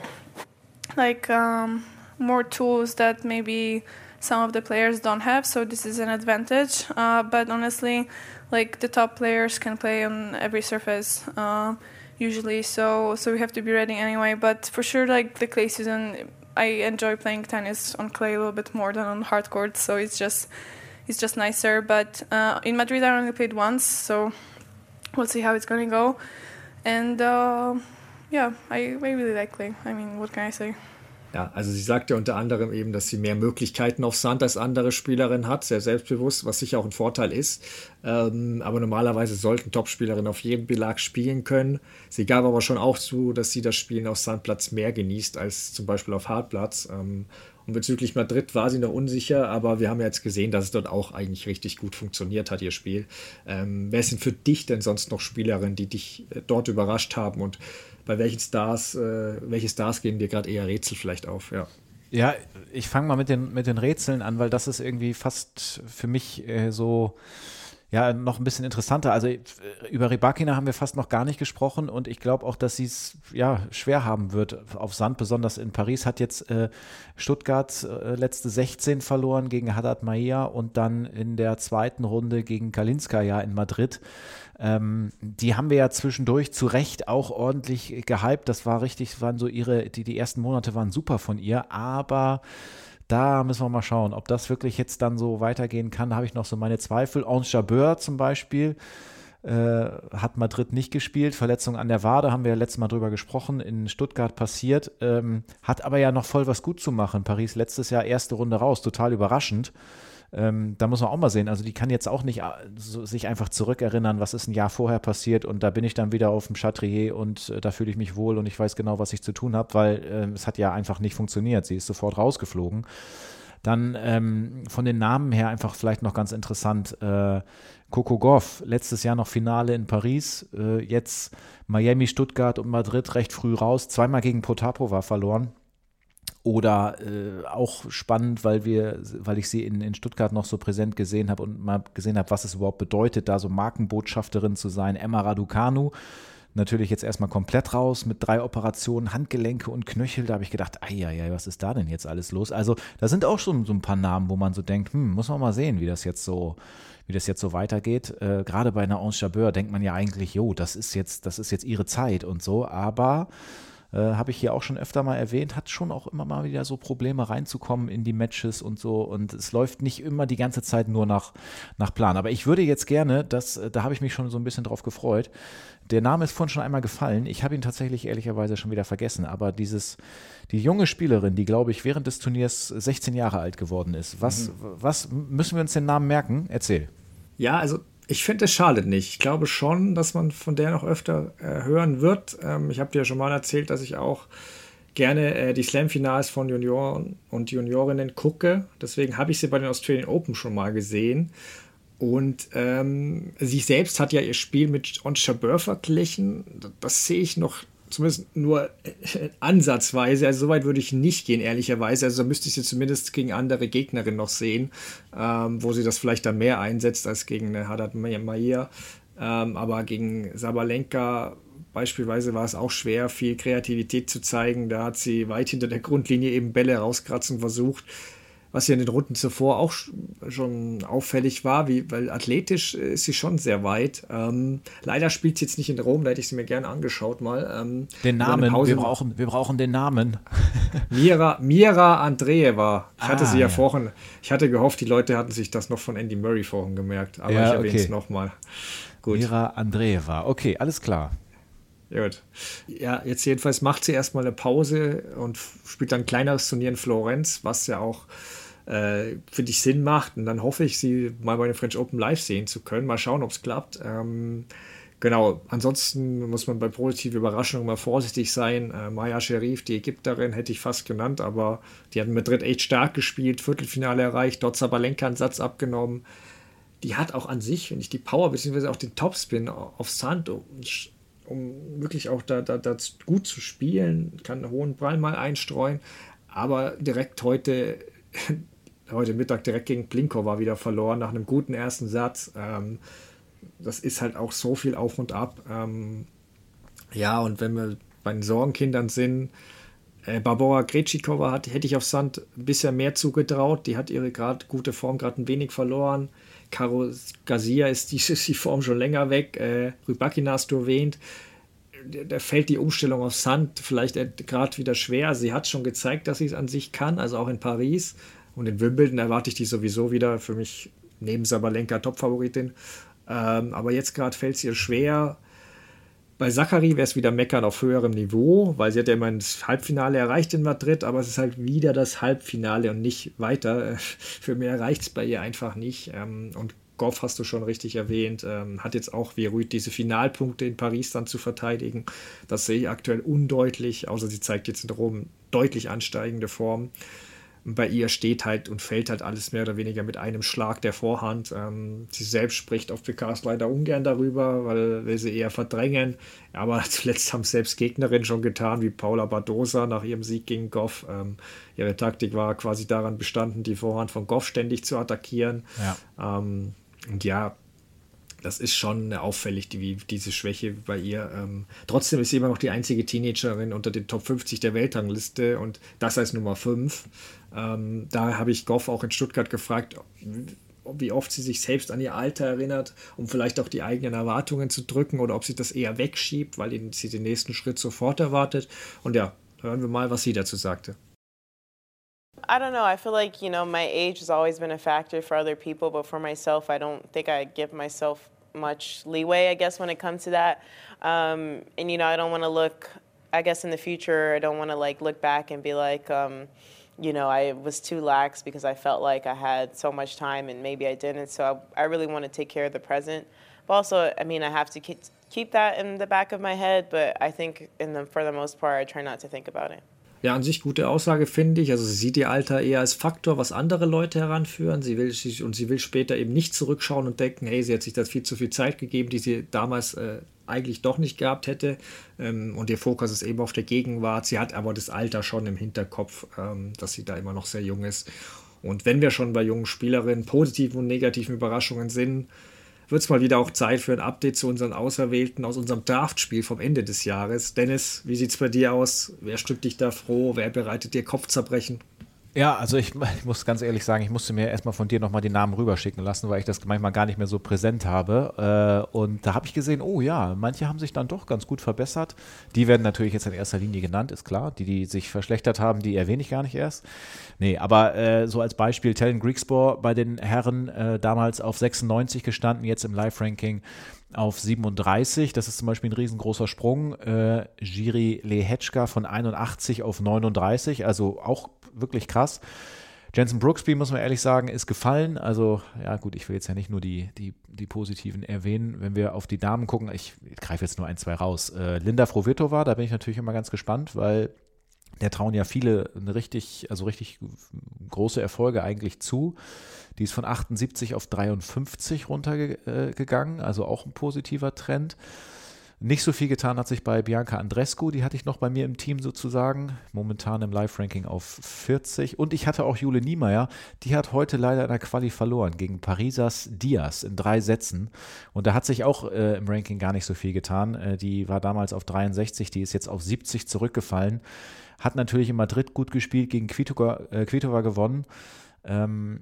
like um more tools that maybe some of the players don't have, so this is an advantage. Uh, but honestly, like the top players can play on every surface uh, usually, so so we have to be ready anyway. But for sure, like the clay season, I enjoy playing tennis on clay a little bit more than on hard courts, so it's just it's just nicer. But uh, in Madrid, I only played once, so we'll see how it's gonna go. And uh, yeah, I, I really like clay. I mean, what can I say? Ja, also sie sagt ja unter anderem eben, dass sie mehr Möglichkeiten auf Sand als andere Spielerinnen hat, sehr selbstbewusst, was sicher auch ein Vorteil ist. Ähm, aber normalerweise sollten Topspielerinnen auf jedem Belag spielen können. Sie gab aber schon auch zu, dass sie das Spielen auf Sandplatz mehr genießt als zum Beispiel auf Hartplatz. Ähm, und bezüglich Madrid war sie noch unsicher, aber wir haben ja jetzt gesehen, dass es dort auch eigentlich richtig gut funktioniert hat, ihr Spiel. Ähm, wer sind für dich denn sonst noch Spielerinnen, die dich äh, dort überrascht haben und bei welchen Stars, äh, welche Stars gehen dir gerade eher Rätsel vielleicht auf, ja? Ja, ich fange mal mit den, mit den Rätseln an, weil das ist irgendwie fast für mich äh, so, ja, noch ein bisschen interessanter. Also äh, über Rybakina haben wir fast noch gar nicht gesprochen und ich glaube auch, dass sie es ja schwer haben wird auf Sand, besonders in Paris hat jetzt äh, Stuttgart äh, letzte sechzehn verloren gegen Haddad Maia und dann in der zweiten Runde gegen Kalinskaya in Madrid. Ähm, die haben wir ja zwischendurch zu Recht auch ordentlich gehypt. Das war richtig, waren so ihre, die, die ersten Monate waren super von ihr, aber da müssen wir mal schauen, ob das wirklich jetzt dann so weitergehen kann. Da habe ich noch so meine Zweifel. Ons Jabeur zum Beispiel äh, hat Madrid nicht gespielt. Verletzung an der Wade, haben wir ja letztes Mal drüber gesprochen, in Stuttgart passiert. Ähm, hat aber ja noch voll was gut zu machen. Paris letztes Jahr erste Runde raus, total überraschend. Ähm, da muss man auch mal sehen, also die kann jetzt auch nicht äh, so, sich einfach zurückerinnern, was ist ein Jahr vorher passiert und da bin ich dann wieder auf dem Chatrier und äh, da fühle ich mich wohl und ich weiß genau, was ich zu tun habe, weil äh, es hat ja einfach nicht funktioniert, sie ist sofort rausgeflogen. Dann ähm, von den Namen her einfach vielleicht noch ganz interessant, äh, Coco Gauff, letztes Jahr noch Finale in Paris, äh, jetzt Miami, Stuttgart und Madrid recht früh raus, zweimal gegen Potapova verloren. Oder äh, auch spannend, weil wir, weil ich sie in, in Stuttgart noch so präsent gesehen habe und mal gesehen habe, was es überhaupt bedeutet, da so Markenbotschafterin zu sein. Emma Raducanu, natürlich jetzt erstmal komplett raus mit drei Operationen, Handgelenke und Knöchel. Da habe ich gedacht, ei, was ist da denn jetzt alles los? Also da sind auch schon so ein paar Namen, wo man so denkt, hm, muss man mal sehen, wie das jetzt so, wie das jetzt so weitergeht. Äh, gerade bei einer Ons Jabeur denkt man ja eigentlich, jo, das ist jetzt, das ist jetzt ihre Zeit und so, aber Äh, habe ich hier auch schon öfter mal erwähnt, hat schon auch immer mal wieder so Probleme reinzukommen in die Matches und so und es läuft nicht immer die ganze Zeit nur nach, nach Plan. Aber ich würde jetzt gerne, das, da habe ich mich schon so ein bisschen drauf gefreut, der Name ist vorhin schon einmal gefallen, ich habe ihn tatsächlich ehrlicherweise schon wieder vergessen, aber dieses, die junge Spielerin, die glaube ich während des Turniers sechzehn Jahre alt geworden ist, was, mhm. was müssen wir uns den Namen merken? Erzähl. Ja, also ich finde, es schadet nicht. Ich glaube schon, dass man von der noch öfter äh, hören wird. Ähm, ich habe dir ja schon mal erzählt, dass ich auch gerne äh, die Slam-Finals von Junioren und Juniorinnen gucke. Deswegen habe ich sie bei den Australian Open schon mal gesehen. Und ähm, sie selbst hat ja ihr Spiel mit Ons Jabeur verglichen. Das sehe ich noch zumindest nur ansatzweise, also so weit würde ich nicht gehen, ehrlicherweise, also da müsste ich sie zumindest gegen andere Gegnerinnen noch sehen, ähm, wo sie das vielleicht dann mehr einsetzt als gegen eine Haddad Maia, ähm, aber gegen Sabalenka beispielsweise war es auch schwer, viel Kreativität zu zeigen, da hat sie weit hinter der Grundlinie eben Bälle rauskratzen versucht, was ja in den Runden zuvor auch schon auffällig war, wie, weil athletisch ist sie schon sehr weit. Ähm, leider spielt sie jetzt nicht in Rom, da hätte ich sie mir gerne angeschaut mal. Ähm, den Namen, wir brauchen, wir brauchen den Namen. Mira, Mira Andreeva. Ich hatte ah, sie ja, ja vorhin, ich hatte gehofft, die Leute hatten sich das noch von Andy Murray vorhin gemerkt, aber ja, ich erwähne es okay. nochmal. Mira Andreeva, okay, alles klar. Gut. Ja, jetzt jedenfalls macht sie erstmal eine Pause und spielt dann ein kleineres Turnier in Florenz, was ja auch Äh, finde ich Sinn macht und dann hoffe ich, sie mal bei den French Open live sehen zu können. Mal schauen, ob es klappt. Ähm, genau, ansonsten muss man bei positiven Überraschungen mal vorsichtig sein. Äh, Maya Sherif, die Ägypterin, hätte ich fast genannt, aber die hat in Madrid echt stark gespielt, Viertelfinale erreicht, dort Sabalenka einen Satz abgenommen. Die hat auch an sich, wenn ich die Power bzw. auch den Topspin auf Sand, um, um wirklich auch da, da, da gut zu spielen, kann einen hohen Ball mal einstreuen, aber direkt heute heute Mittag direkt gegen Plinkova wieder verloren, nach einem guten ersten Satz. Ähm, das ist halt auch so viel auf und ab. Ähm, ja, und wenn wir bei den Sorgenkindern sind, äh, Barbora Krejcikova hat, hätte ich auf Sand bisher mehr zugetraut. Die hat ihre grad gute Form gerade ein wenig verloren. Caro Garcia ist die, ist die Form schon länger weg. Äh, Rybakina hast du erwähnt. Da fällt die Umstellung auf Sand vielleicht gerade wieder schwer. Sie hat schon gezeigt, dass sie es an sich kann, also auch in Paris. Und in Wimbledon erwarte ich die sowieso wieder, für mich neben Sabalenka Topfavoritin. Ähm, aber jetzt gerade fällt es ihr schwer. Bei Sakkari wäre es wieder Meckern auf höherem Niveau, weil sie hat ja immer das Halbfinale erreicht in Madrid, aber es ist halt wieder das Halbfinale und nicht weiter. Für mehr reicht es bei ihr einfach nicht. Ähm, und Gauff hast du schon richtig erwähnt, ähm, hat jetzt auch wie Ruud diese Finalpunkte in Paris dann zu verteidigen. Das sehe ich aktuell undeutlich, außer sie zeigt jetzt in Rom deutlich ansteigende Form. Und bei ihr steht halt und fällt halt alles mehr oder weniger mit einem Schlag der Vorhand. Ähm, sie selbst spricht auf P Ks leider ungern darüber, weil will sie eher verdrängen. Aber zuletzt haben es selbst Gegnerinnen schon getan, wie Paula Badosa nach ihrem Sieg gegen Goff. Ähm, ihre Taktik war quasi daran bestanden, die Vorhand von Goff ständig zu attackieren. Ja. Ähm, und ja, das ist schon auffällig, die, diese Schwäche bei ihr. Ähm, trotzdem ist sie immer noch die einzige Teenagerin unter den Top fünfzig der Weltrangliste und das als Nummer fünf. Ähm, da habe ich Goff auch in Stuttgart gefragt, wie oft sie sich selbst an ihr Alter erinnert, um vielleicht auch die eigenen Erwartungen zu drücken oder ob sie das eher wegschiebt, weil sie den nächsten Schritt sofort erwartet. Und ja, hören wir mal, was sie dazu sagte. I don't know. I feel like, you know, my age has always been a factor for other people, but for myself, I don't think I give myself much leeway, I guess, when it comes to that. Um, and, you know, I don't want to look, I guess in the future, I don't want to, like, look back and be like, um, you know, I was too lax because I felt like I had so much time and maybe I didn't. So I, I really want to take care of the present. But also, I mean, I have to keep, keep that in the back of my head, but I think in the, for the most part, I try not to think about it. Ja, an sich gute Aussage, finde ich. Also sie sieht ihr Alter eher als Faktor, was andere Leute heranführen. Sie will, und sie will später eben nicht zurückschauen und denken, hey, sie hat sich da viel zu viel Zeit gegeben, die sie damals äh, eigentlich doch nicht gehabt hätte. Ähm, und ihr Fokus ist eben auf der Gegenwart. Sie hat aber das Alter schon im Hinterkopf, ähm, dass sie da immer noch sehr jung ist. Und wenn wir schon bei jungen Spielerinnen positiven und negativen Überraschungen sind, wird es mal wieder auch Zeit für ein Update zu unseren Auserwählten aus unserem Draftspiel vom Ende des Jahres. Dennis, wie sieht es bei dir aus? Wer stimmt dich da froh? Wer bereitet dir Kopfzerbrechen? Ja, also ich, ich muss ganz ehrlich sagen, ich musste mir erstmal von dir nochmal die Namen rüberschicken lassen, weil ich das manchmal gar nicht mehr so präsent habe. Und da habe ich gesehen, oh ja, manche haben sich dann doch ganz gut verbessert. Die werden natürlich jetzt in erster Linie genannt, ist klar. Die, die sich verschlechtert haben, die erwähne ich gar nicht erst. Nee, aber äh, so als Beispiel, Tellen Griekspoor bei den Herren äh, damals auf sechsundneunzig gestanden, jetzt im Live-Ranking auf siebenunddreißig. Das ist zum Beispiel ein riesengroßer Sprung. Äh, Jiri Lehečka von einundachtzig auf neununddreißig, also auch wirklich krass. Jensen Brooksby, muss man ehrlich sagen, ist gefallen. Also, ja gut, ich will jetzt ja nicht nur die, die, die Positiven erwähnen. Wenn wir auf die Damen gucken, ich, ich greife jetzt nur ein, zwei raus. Äh, Linda Fruhvirtova, da bin ich natürlich immer ganz gespannt, weil der trauen ja viele eine richtig, also richtig große Erfolge eigentlich zu. Die ist von achtundsiebzig auf dreiundfünfzig runtergegangen, also auch ein positiver Trend. Nicht so viel getan hat sich bei Bianca Andreescu, die hatte ich noch bei mir im Team sozusagen, momentan im Live-Ranking auf vierzig. Und ich hatte auch Jule Niemeyer, die hat heute leider in der Quali verloren gegen Parisas Diaz in drei Sätzen. Und da hat sich auch äh, im Ranking gar nicht so viel getan. Äh, die war damals auf dreiundsechzig, die ist jetzt auf siebzig zurückgefallen. Hat natürlich in Madrid gut gespielt, gegen Kvitova, äh, Kvitova gewonnen. Ähm,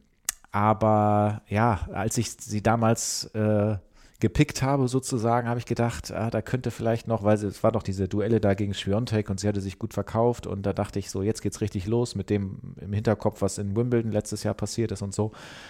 aber ja, als ich sie damals äh, gepickt habe sozusagen, habe ich gedacht, ah, da könnte vielleicht noch, weil es war doch diese Duelle da gegen Swiatek und sie hatte sich gut verkauft und da dachte ich so, jetzt geht's richtig los mit dem im Hinterkopf, was in Wimbledon letztes Jahr passiert ist und so.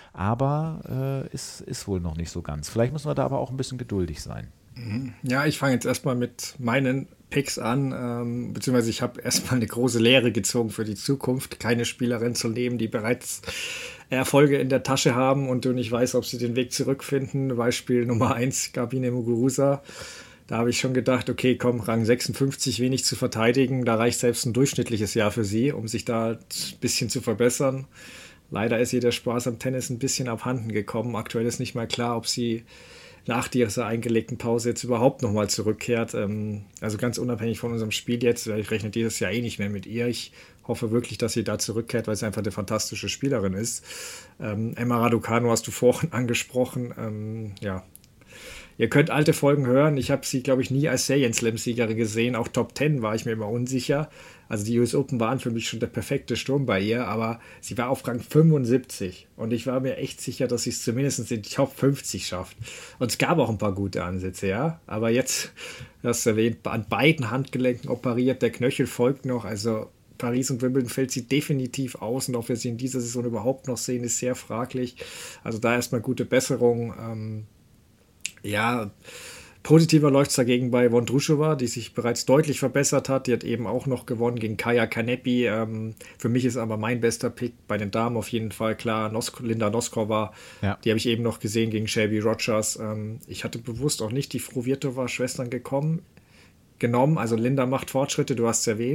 Aber äh, ist, ist wohl noch nicht so ganz. Vielleicht müssen wir da aber auch ein bisschen geduldig sein. Ja, ich fange jetzt erstmal mit meinen Picks an, ähm, beziehungsweise ich habe erstmal eine große Lehre gezogen für die Zukunft, keine Spielerin zu nehmen, die bereits Erfolge in der Tasche haben und du nicht weißt, ob sie den Weg zurückfinden. Beispiel Nummer eins, Garbine Muguruza. Da habe ich schon gedacht, okay, komm, Rang sechsundfünfzig wenig zu verteidigen, da reicht selbst ein durchschnittliches Jahr für sie, um sich da ein bisschen zu verbessern. Leider ist ihr der Spaß am Tennis ein bisschen abhanden gekommen. Aktuell ist nicht mal klar, ob sie nach dieser eingelegten Pause jetzt überhaupt nochmal zurückkehrt. Also ganz unabhängig von unserem Spiel jetzt, ich rechne dieses Jahr eh nicht mehr mit ihr. Ich hoffe wirklich, dass sie da zurückkehrt, weil sie einfach eine fantastische Spielerin ist. Ähm, Emma Raducanu hast du vorhin angesprochen. Ähm, ja, ihr könnt alte Folgen hören. Ich habe sie, glaube ich, nie als Serien-Slam-Siegerin gesehen. Auch Top Ten war ich mir immer unsicher. Also die U S Open waren für mich schon der perfekte Sturm bei ihr, aber sie war auf Rang fünfundsiebzig und ich war mir echt sicher, dass sie es zumindest in die Top fünfzig schafft. Und es gab auch ein paar gute Ansätze, ja. Aber jetzt, du hast erwähnt, an beiden Handgelenken operiert, der Knöchel folgt noch, also Paris und Wimbledon fällt sie definitiv aus und ob wir sie in dieser Saison überhaupt noch sehen, ist sehr fraglich. Also da erstmal gute Besserung. Ähm, ja, positiver läuft es dagegen bei Vondrushova, die sich bereits deutlich verbessert hat. Die hat eben auch noch gewonnen gegen Kaja Kanepi. Ähm, für mich ist aber mein bester Pick bei den Damen auf jeden Fall klar. Nos- Linda Noskova, ja. Die habe ich eben noch gesehen gegen Shelby Rogers. Ähm, ich hatte bewusst auch nicht die Fruhvirtova-Schwestern gekommen, genommen. Also Linda macht Fortschritte, du hast es erwähnt.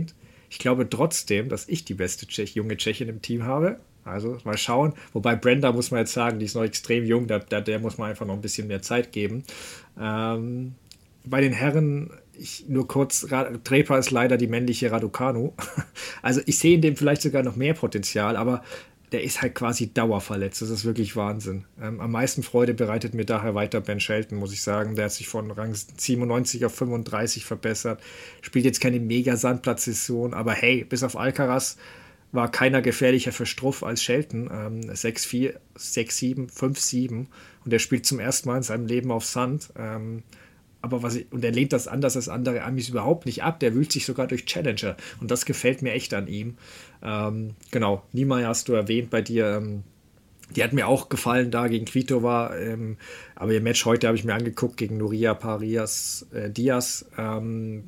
Ich glaube trotzdem, dass ich die beste Tschech, junge Tschechin im Team habe. Also mal schauen. Wobei Brenda, muss man jetzt sagen, die ist noch extrem jung, der, der, der muss man einfach noch ein bisschen mehr Zeit geben. Ähm, bei den Herren, ich, nur kurz, Draper ist leider die männliche Raducanu. Also ich sehe in dem vielleicht sogar noch mehr Potenzial, aber der ist halt quasi dauerverletzt. Das ist wirklich Wahnsinn. Ähm, am meisten Freude bereitet mir daher weiter Ben Shelton, muss ich sagen. Der hat sich von Rang siebenundneunzig auf fünfunddreißig verbessert. Spielt jetzt keine mega-Sandplatzsaison, aber hey, bis auf Alcaraz war keiner gefährlicher für Struff als Shelton. Ähm, sechs vier, sechs sieben, fünf sieben. Und der spielt zum ersten Mal in seinem Leben auf Sand. Ähm, aber was ich, und er lehnt das anders als andere Amis überhaupt nicht ab. Der wühlt sich sogar durch Challenger. Und das gefällt mir echt an ihm. Ähm, genau, Niemeyer hast du erwähnt bei dir. Ähm, die hat mir auch gefallen da gegen Kvitova. Ähm, aber ihr Match heute habe ich mir angeguckt gegen Nuria Parias äh, Diaz. Ähm,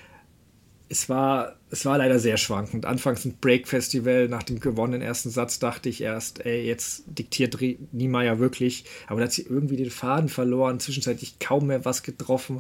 Es war, es war leider sehr schwankend. Anfangs ein Break-Festival, nach dem gewonnenen ersten Satz dachte ich erst, ey, jetzt diktiert Niemeyer wirklich. Aber da hat sie irgendwie den Faden verloren, zwischenzeitlich kaum mehr was getroffen.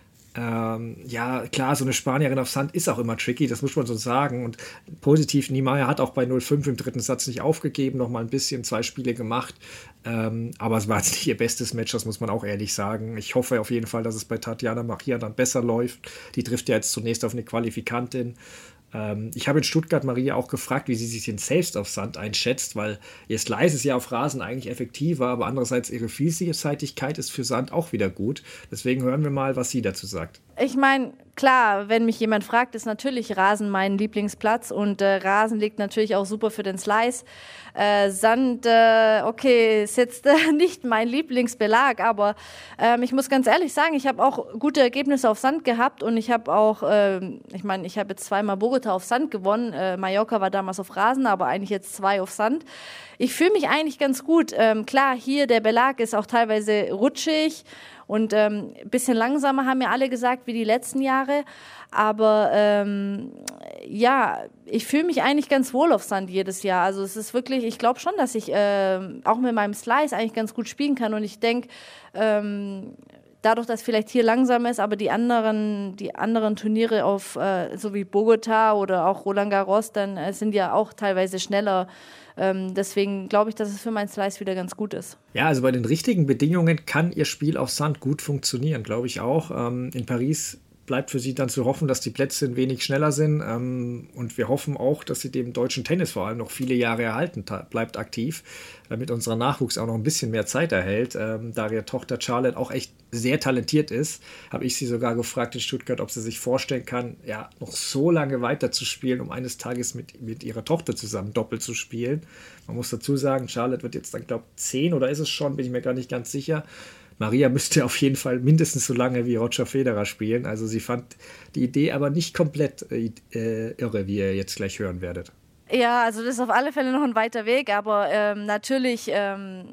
Ähm, ja, klar, so eine Spanierin auf Sand ist auch immer tricky, das muss man so sagen. Und positiv, Niemeyer hat auch bei null fünf im dritten Satz nicht aufgegeben, noch mal ein bisschen, zwei Spiele gemacht. Ähm, aber es war jetzt nicht ihr bestes Match, das muss man auch ehrlich sagen. Ich hoffe auf jeden Fall, dass es bei Tatjana Maria dann besser läuft. Die trifft ja jetzt zunächst auf eine Qualifikantin. Ähm, ich habe in Stuttgart Maria auch gefragt, wie sie sich denn selbst auf Sand einschätzt, weil ihr Slice ist ja auf Rasen eigentlich effektiver, aber andererseits ihre Vielseitigkeit ist für Sand auch wieder gut. Deswegen hören wir mal, was sie dazu sagt. Ich meine, klar, wenn mich jemand fragt, ist natürlich Rasen mein Lieblingsplatz und äh, Rasen liegt natürlich auch super für den Slice. Äh, Sand, äh, okay, ist jetzt äh, nicht mein Lieblingsbelag, aber ähm, ich muss ganz ehrlich sagen, ich habe auch gute Ergebnisse auf Sand gehabt und ich habe auch, äh, ich meine, ich habe jetzt zweimal Bogota auf Sand gewonnen. Äh, Mallorca war damals auf Rasen, aber eigentlich jetzt zwei auf Sand. Ich fühle mich eigentlich ganz gut. Ähm, klar, hier der Belag ist auch teilweise rutschig. Und ein ähm, bisschen langsamer haben ja alle gesagt, wie die letzten Jahre. Aber ähm, ja, ich fühle mich eigentlich ganz wohl auf Sand jedes Jahr. Also es ist wirklich, ich glaube schon, dass ich äh, auch mit meinem Slice eigentlich ganz gut spielen kann. Und ich denke, ähm, dadurch, dass vielleicht hier langsam ist, aber die anderen, die anderen Turniere auf, äh, so wie Bogota oder auch Roland Garros, dann äh, sind ja auch teilweise schneller. Ähm, deswegen glaube ich, dass es für meinen Slice wieder ganz gut ist. Ja, also bei den richtigen Bedingungen kann ihr Spiel auf Sand gut funktionieren, glaube ich auch. Ähm, in Paris bleibt für sie dann zu hoffen, dass die Plätze ein wenig schneller sind. Ähm, und wir hoffen auch, dass sie dem deutschen Tennis vor allem noch viele Jahre erhalten ta- bleibt aktiv, damit unser Nachwuchs auch noch ein bisschen mehr Zeit erhält. Ähm, da ihre Tochter Charlotte auch echt sehr talentiert ist, habe ich sie sogar gefragt in Stuttgart, ob sie sich vorstellen kann, ja, noch so lange weiter zu spielen, um eines Tages mit, mit ihrer Tochter zusammen Doppel zu spielen. Man muss dazu sagen, Charlotte wird jetzt dann, glaube ich, zehn oder ist es schon, bin ich mir gar nicht ganz sicher. Maria müsste auf jeden Fall mindestens so lange wie Roger Federer spielen. Also sie fand die Idee aber nicht komplett äh, irre, wie ihr jetzt gleich hören werdet. Ja, also das ist auf alle Fälle noch ein weiter Weg, aber ähm, natürlich, ähm,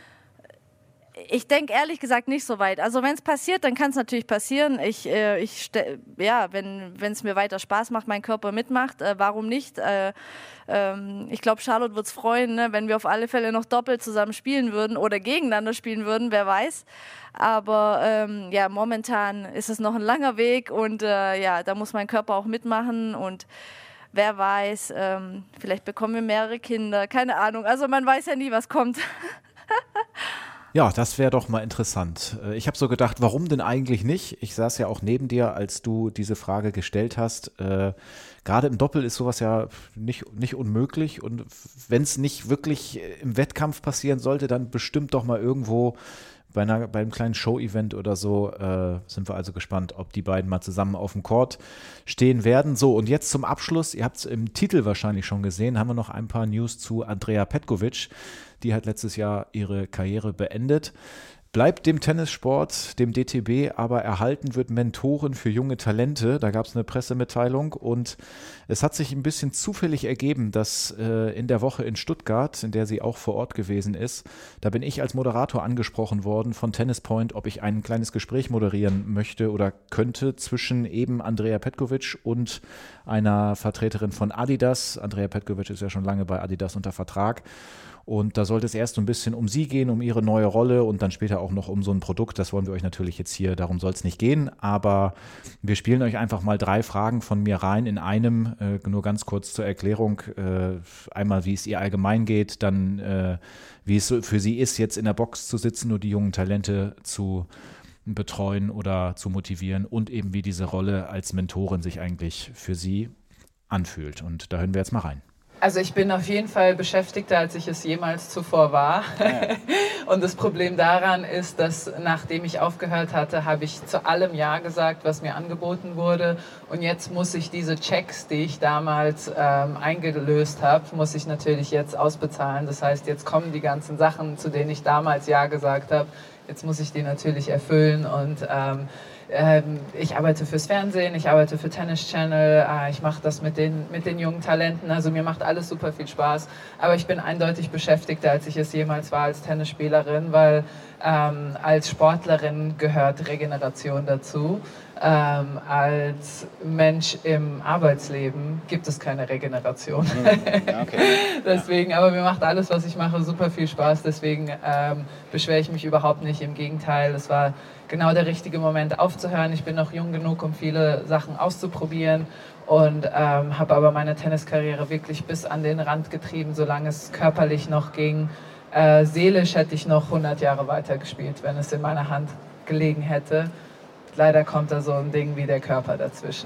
ich denke ehrlich gesagt nicht so weit. Also wenn es passiert, dann kann es natürlich passieren. Ich, äh, ich ja, wenn es mir weiter Spaß macht, mein Körper mitmacht, äh, warum nicht? Äh, ähm, ich glaube, Charlotte wird es freuen, ne, wenn wir auf alle Fälle noch doppelt zusammen spielen würden oder gegeneinander spielen würden, wer weiß. Aber ähm, ja, momentan ist es noch ein langer Weg und äh, ja, da muss mein Körper auch mitmachen und wer weiß, ähm, vielleicht bekommen wir mehrere Kinder, keine Ahnung. Also man weiß ja nie, was kommt. Ja, das wäre doch mal interessant. Ich habe so gedacht, warum denn eigentlich nicht? Ich saß ja auch neben dir, als du diese Frage gestellt hast. Äh, gerade im Doppel ist sowas ja nicht, nicht unmöglich. Und wenn es nicht wirklich im Wettkampf passieren sollte, dann bestimmt doch mal irgendwo bei, einer, bei einem kleinen Show-Event oder so. Äh, sind wir also gespannt, ob die beiden mal zusammen auf dem Court stehen werden. So, und jetzt zum Abschluss. Ihr habt es im Titel wahrscheinlich schon gesehen, haben wir noch ein paar News zu Andrea Petkovic. Die hat letztes Jahr ihre Karriere beendet. Bleibt dem Tennissport, dem D T B, aber erhalten wird Mentoren für junge Talente. Da gab es eine Pressemitteilung und es hat sich ein bisschen zufällig ergeben, dass äh, in der Woche in Stuttgart, in der sie auch vor Ort gewesen ist, da bin ich als Moderator angesprochen worden von Tennis Point, ob ich ein kleines Gespräch moderieren möchte oder könnte zwischen eben Andrea Petkovic und einer Vertreterin von Adidas. Andrea Petkovic ist ja schon lange bei Adidas unter Vertrag. Und da sollte es erst so ein bisschen um sie gehen, um ihre neue Rolle und dann später auch noch um so ein Produkt. Das wollen wir euch natürlich jetzt hier, darum soll es nicht gehen. Aber wir spielen euch einfach mal drei Fragen von mir rein in einem. Äh, nur ganz kurz zur Erklärung. Äh, einmal, wie es ihr allgemein geht, dann äh, wie es so für sie ist, jetzt in der Box zu sitzen und die jungen Talente zu betreuen oder zu motivieren und eben wie diese Rolle als Mentorin sich eigentlich für sie anfühlt. Und da hören wir jetzt mal rein. Also ich bin auf jeden Fall beschäftigter, als ich es jemals zuvor war. Ja. Und das Problem daran ist, dass nachdem ich aufgehört hatte, habe ich zu allem Ja gesagt, was mir angeboten wurde. Und jetzt muss ich diese Checks, die ich damals ähm, eingelöst habe, muss ich natürlich jetzt ausbezahlen. Das heißt, jetzt kommen die ganzen Sachen, zu denen ich damals Ja gesagt habe. Jetzt muss ich die natürlich erfüllen und ähm, ähm, ich arbeite fürs Fernsehen, ich arbeite für Tennis Channel, äh, ich mache das mit den, mit den jungen Talenten, also mir macht alles super viel Spaß, aber ich bin eindeutig beschäftigter, als ich es jemals war als Tennisspielerin, weil ähm, als Sportlerin gehört Regeneration dazu. Ähm, als Mensch im Arbeitsleben gibt es keine Regeneration. Ja, okay. Deswegen, aber mir macht alles, was ich mache, super viel Spaß. Deswegen ähm, beschwere ich mich überhaupt nicht. Im Gegenteil, es war genau der richtige Moment aufzuhören. Ich bin noch jung genug, um viele Sachen auszuprobieren und ähm, habe aber meine Tenniskarriere wirklich bis an den Rand getrieben, solange es körperlich noch ging. Äh, seelisch hätte ich noch hundert Jahre weiter gespielt, wenn es in meiner Hand gelegen hätte. Leider kommt da so ein Ding wie der Körper dazwischen.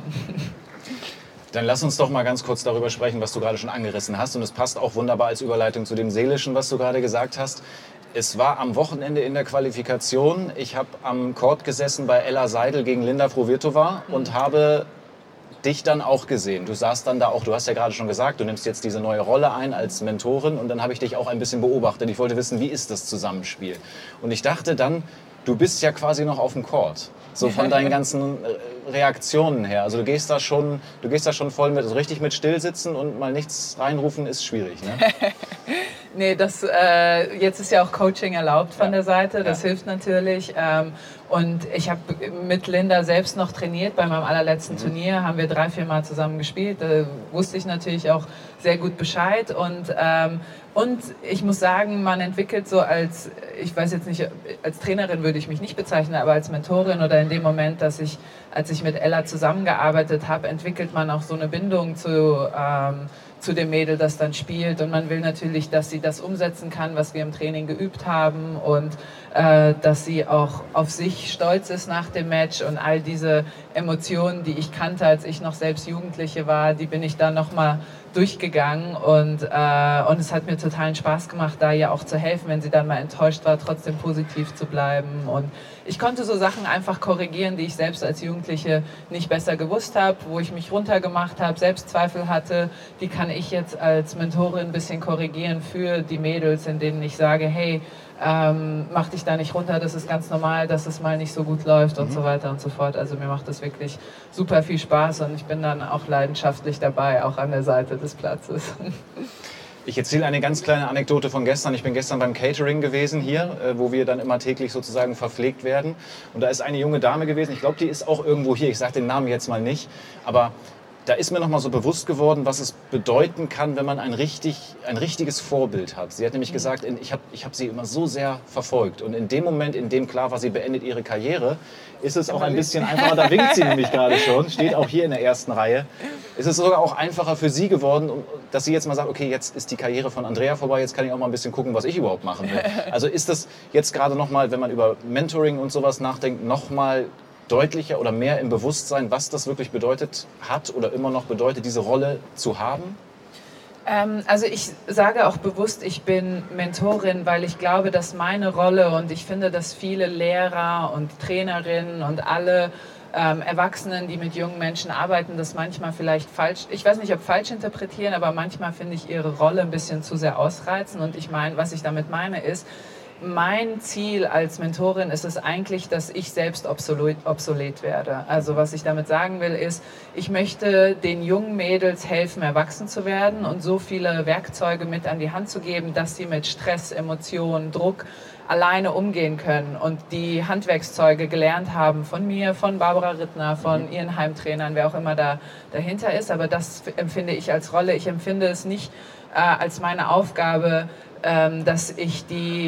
Dann lass uns doch mal ganz kurz darüber sprechen, was du gerade schon angerissen hast. Und es passt auch wunderbar als Überleitung zu dem Seelischen, was du gerade gesagt hast. Es war am Wochenende in der Qualifikation. Ich habe am Court gesessen bei Ella Seidel gegen Linda Fruhvirtova und habe dich dann auch gesehen. Du saßt dann da auch, du hast ja gerade schon gesagt, du nimmst jetzt diese neue Rolle ein als Mentorin und dann habe ich dich auch ein bisschen beobachtet. Ich wollte wissen, wie ist das Zusammenspiel? Und ich dachte dann, du bist ja quasi noch auf dem Court. So von deinen ganzen Reaktionen her. Also du gehst da schon, du gehst da schon voll mit, also richtig mit Stillsitzen und mal nichts reinrufen ist schwierig, ne? Nee, das, äh, jetzt ist ja auch Coaching erlaubt von ja. der Seite, das ja. hilft natürlich. Ähm, und ich habe mit Linda selbst noch trainiert bei meinem allerletzten mhm. Turnier, haben wir drei, vier Mal zusammen gespielt. Da wusste ich natürlich auch sehr gut Bescheid und ähm, Und ich muss sagen, man entwickelt so als, ich weiß jetzt nicht, als Trainerin würde ich mich nicht bezeichnen, aber als Mentorin oder in dem Moment, dass ich, als ich mit Ella zusammengearbeitet habe, entwickelt man auch so eine Bindung zu, ähm, zu dem Mädel, das dann spielt. Und man will natürlich, dass sie das umsetzen kann, was wir im Training geübt haben und äh, dass sie auch auf sich stolz ist nach dem Match und all diese Emotionen, die ich kannte, als ich noch selbst Jugendliche war, die bin ich dann nochmal durchgegangen und, äh, und es hat mir totalen Spaß gemacht, da ihr auch zu helfen, wenn sie dann mal enttäuscht war, trotzdem positiv zu bleiben. Und ich konnte so Sachen einfach korrigieren, die ich selbst als Jugendliche nicht besser gewusst habe, wo ich mich runtergemacht habe, Selbstzweifel hatte, die kann ich jetzt als Mentorin ein bisschen korrigieren für die Mädels, in denen ich sage, hey, Ähm, mach dich da nicht runter, das ist ganz normal, dass es mal nicht so gut läuft und mhm. so weiter und so fort. Also mir macht das wirklich super viel Spaß und ich bin dann auch leidenschaftlich dabei, auch an der Seite des Platzes. Ich erzähle eine ganz kleine Anekdote von gestern. Ich bin gestern beim Catering gewesen hier, wo wir dann immer täglich sozusagen verpflegt werden. Und da ist eine junge Dame gewesen, ich glaube, die ist auch irgendwo hier, ich sage den Namen jetzt mal nicht, aber da ist mir noch mal so bewusst geworden, was es bedeuten kann, wenn man ein, richtig, ein richtiges Vorbild hat. Sie hat nämlich gesagt, ich habe ich hab sie immer so sehr verfolgt. Und in dem Moment, in dem klar war, sie beendet ihre Karriere, ist es auch ein bisschen einfacher, da winkt sie nämlich gerade schon, steht auch hier in der ersten Reihe, ist es sogar auch einfacher für sie geworden, dass sie jetzt mal sagt, okay, jetzt ist die Karriere von Andrea vorbei, jetzt kann ich auch mal ein bisschen gucken, was ich überhaupt machen will. Also ist das jetzt gerade noch mal, wenn man über Mentoring und sowas nachdenkt, noch mal deutlicher oder mehr im Bewusstsein, was das wirklich bedeutet hat oder immer noch bedeutet, diese Rolle zu haben? Ähm, also ich sage auch bewusst, ich bin Mentorin, weil ich glaube, dass meine Rolle und ich finde, dass viele Lehrer und Trainerinnen und alle ähm, Erwachsenen, die mit jungen Menschen arbeiten, das manchmal vielleicht falsch, ich weiß nicht, ob falsch interpretieren, aber manchmal finde ich ihre Rolle ein bisschen zu sehr ausreizen und ich meine, was ich damit meine ist, mein Ziel als Mentorin ist es eigentlich, dass ich selbst obsolet, obsolet werde. Also was ich damit sagen will, ist, ich möchte den jungen Mädels helfen, erwachsen zu werden und so viele Werkzeuge mit an die Hand zu geben, dass sie mit Stress, Emotionen, Druck alleine umgehen können und die Handwerkszeuge gelernt haben von mir, von Barbara Rittner, von ihren Heimtrainern, wer auch immer da dahinter ist. Aber das empfinde ich als Rolle. Ich empfinde es nicht äh, als meine Aufgabe, dass ich die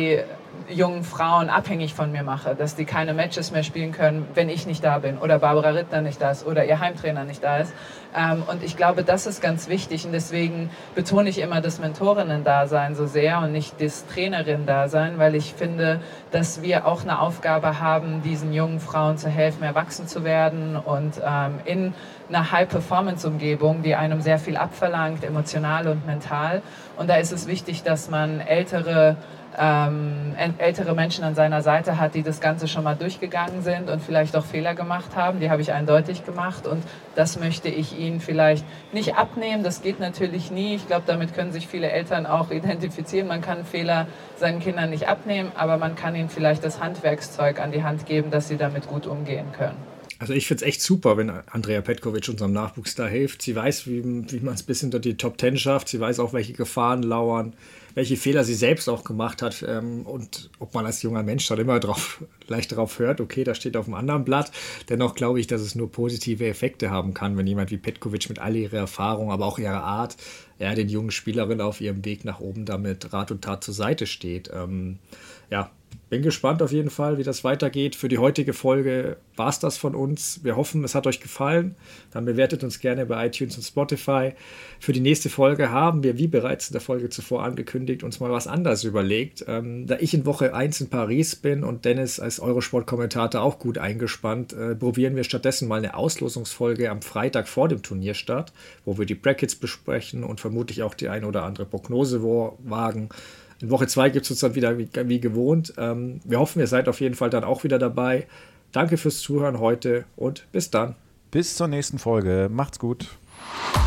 jungen Frauen abhängig von mir mache, dass die keine Matches mehr spielen können, wenn ich nicht da bin oder Barbara Rittner nicht da ist oder ihr Heimtrainer nicht da ist. Ähm, und ich glaube, das ist ganz wichtig und deswegen betone ich immer das Mentorinnen-Dasein so sehr und nicht das Trainerin-Dasein, weil ich finde, dass wir auch eine Aufgabe haben, diesen jungen Frauen zu helfen, erwachsen zu werden und ähm, in einer High-Performance-Umgebung, die einem sehr viel abverlangt, emotional und mental. Und da ist es wichtig, dass man ältere Ähm, ältere Menschen an seiner Seite hat, die das Ganze schon mal durchgegangen sind und vielleicht auch Fehler gemacht haben. Die habe ich eindeutig gemacht und das möchte ich ihnen vielleicht nicht abnehmen. Das geht natürlich nie. Ich glaube, damit können sich viele Eltern auch identifizieren. Man kann Fehler seinen Kindern nicht abnehmen, aber man kann ihnen vielleicht das Handwerkszeug an die Hand geben, dass sie damit gut umgehen können. Also ich finde es echt super, wenn Andrea Petkovic unserem Nachwuchs da hilft. Sie weiß, wie, wie man es bis hinter die Top Ten schafft. Sie weiß auch, welche Gefahren lauern, welche Fehler sie selbst auch gemacht hat ähm, und ob man als junger Mensch dann immer drauf, leicht darauf hört, okay, das steht auf einem anderen Blatt. Dennoch glaube ich, dass es nur positive Effekte haben kann, wenn jemand wie Petkovic mit all ihrer Erfahrung, aber auch ihrer Art, ja, den jungen Spielerinnen auf ihrem Weg nach oben damit Rat und Tat zur Seite steht. Ähm, ja, bin gespannt auf jeden Fall, wie das weitergeht. Für die heutige Folge war es das von uns. Wir hoffen, es hat euch gefallen. Dann bewertet uns gerne bei iTunes und Spotify. Für die nächste Folge haben wir, wie bereits in der Folge zuvor angekündigt, uns mal was anderes überlegt. Ähm, da ich in Woche eins in Paris bin und Dennis als Eurosport-Kommentator auch gut eingespannt, äh, probieren wir stattdessen mal eine Auslosungsfolge am Freitag vor dem Turnier statt, wo wir die Brackets besprechen und vermutlich auch die eine oder andere Prognose wagen. In Woche zwei gibt es uns dann wieder wie, wie gewohnt. Ähm, wir hoffen, ihr seid auf jeden Fall dann auch wieder dabei. Danke fürs Zuhören heute und bis dann. Bis zur nächsten Folge. Macht's gut.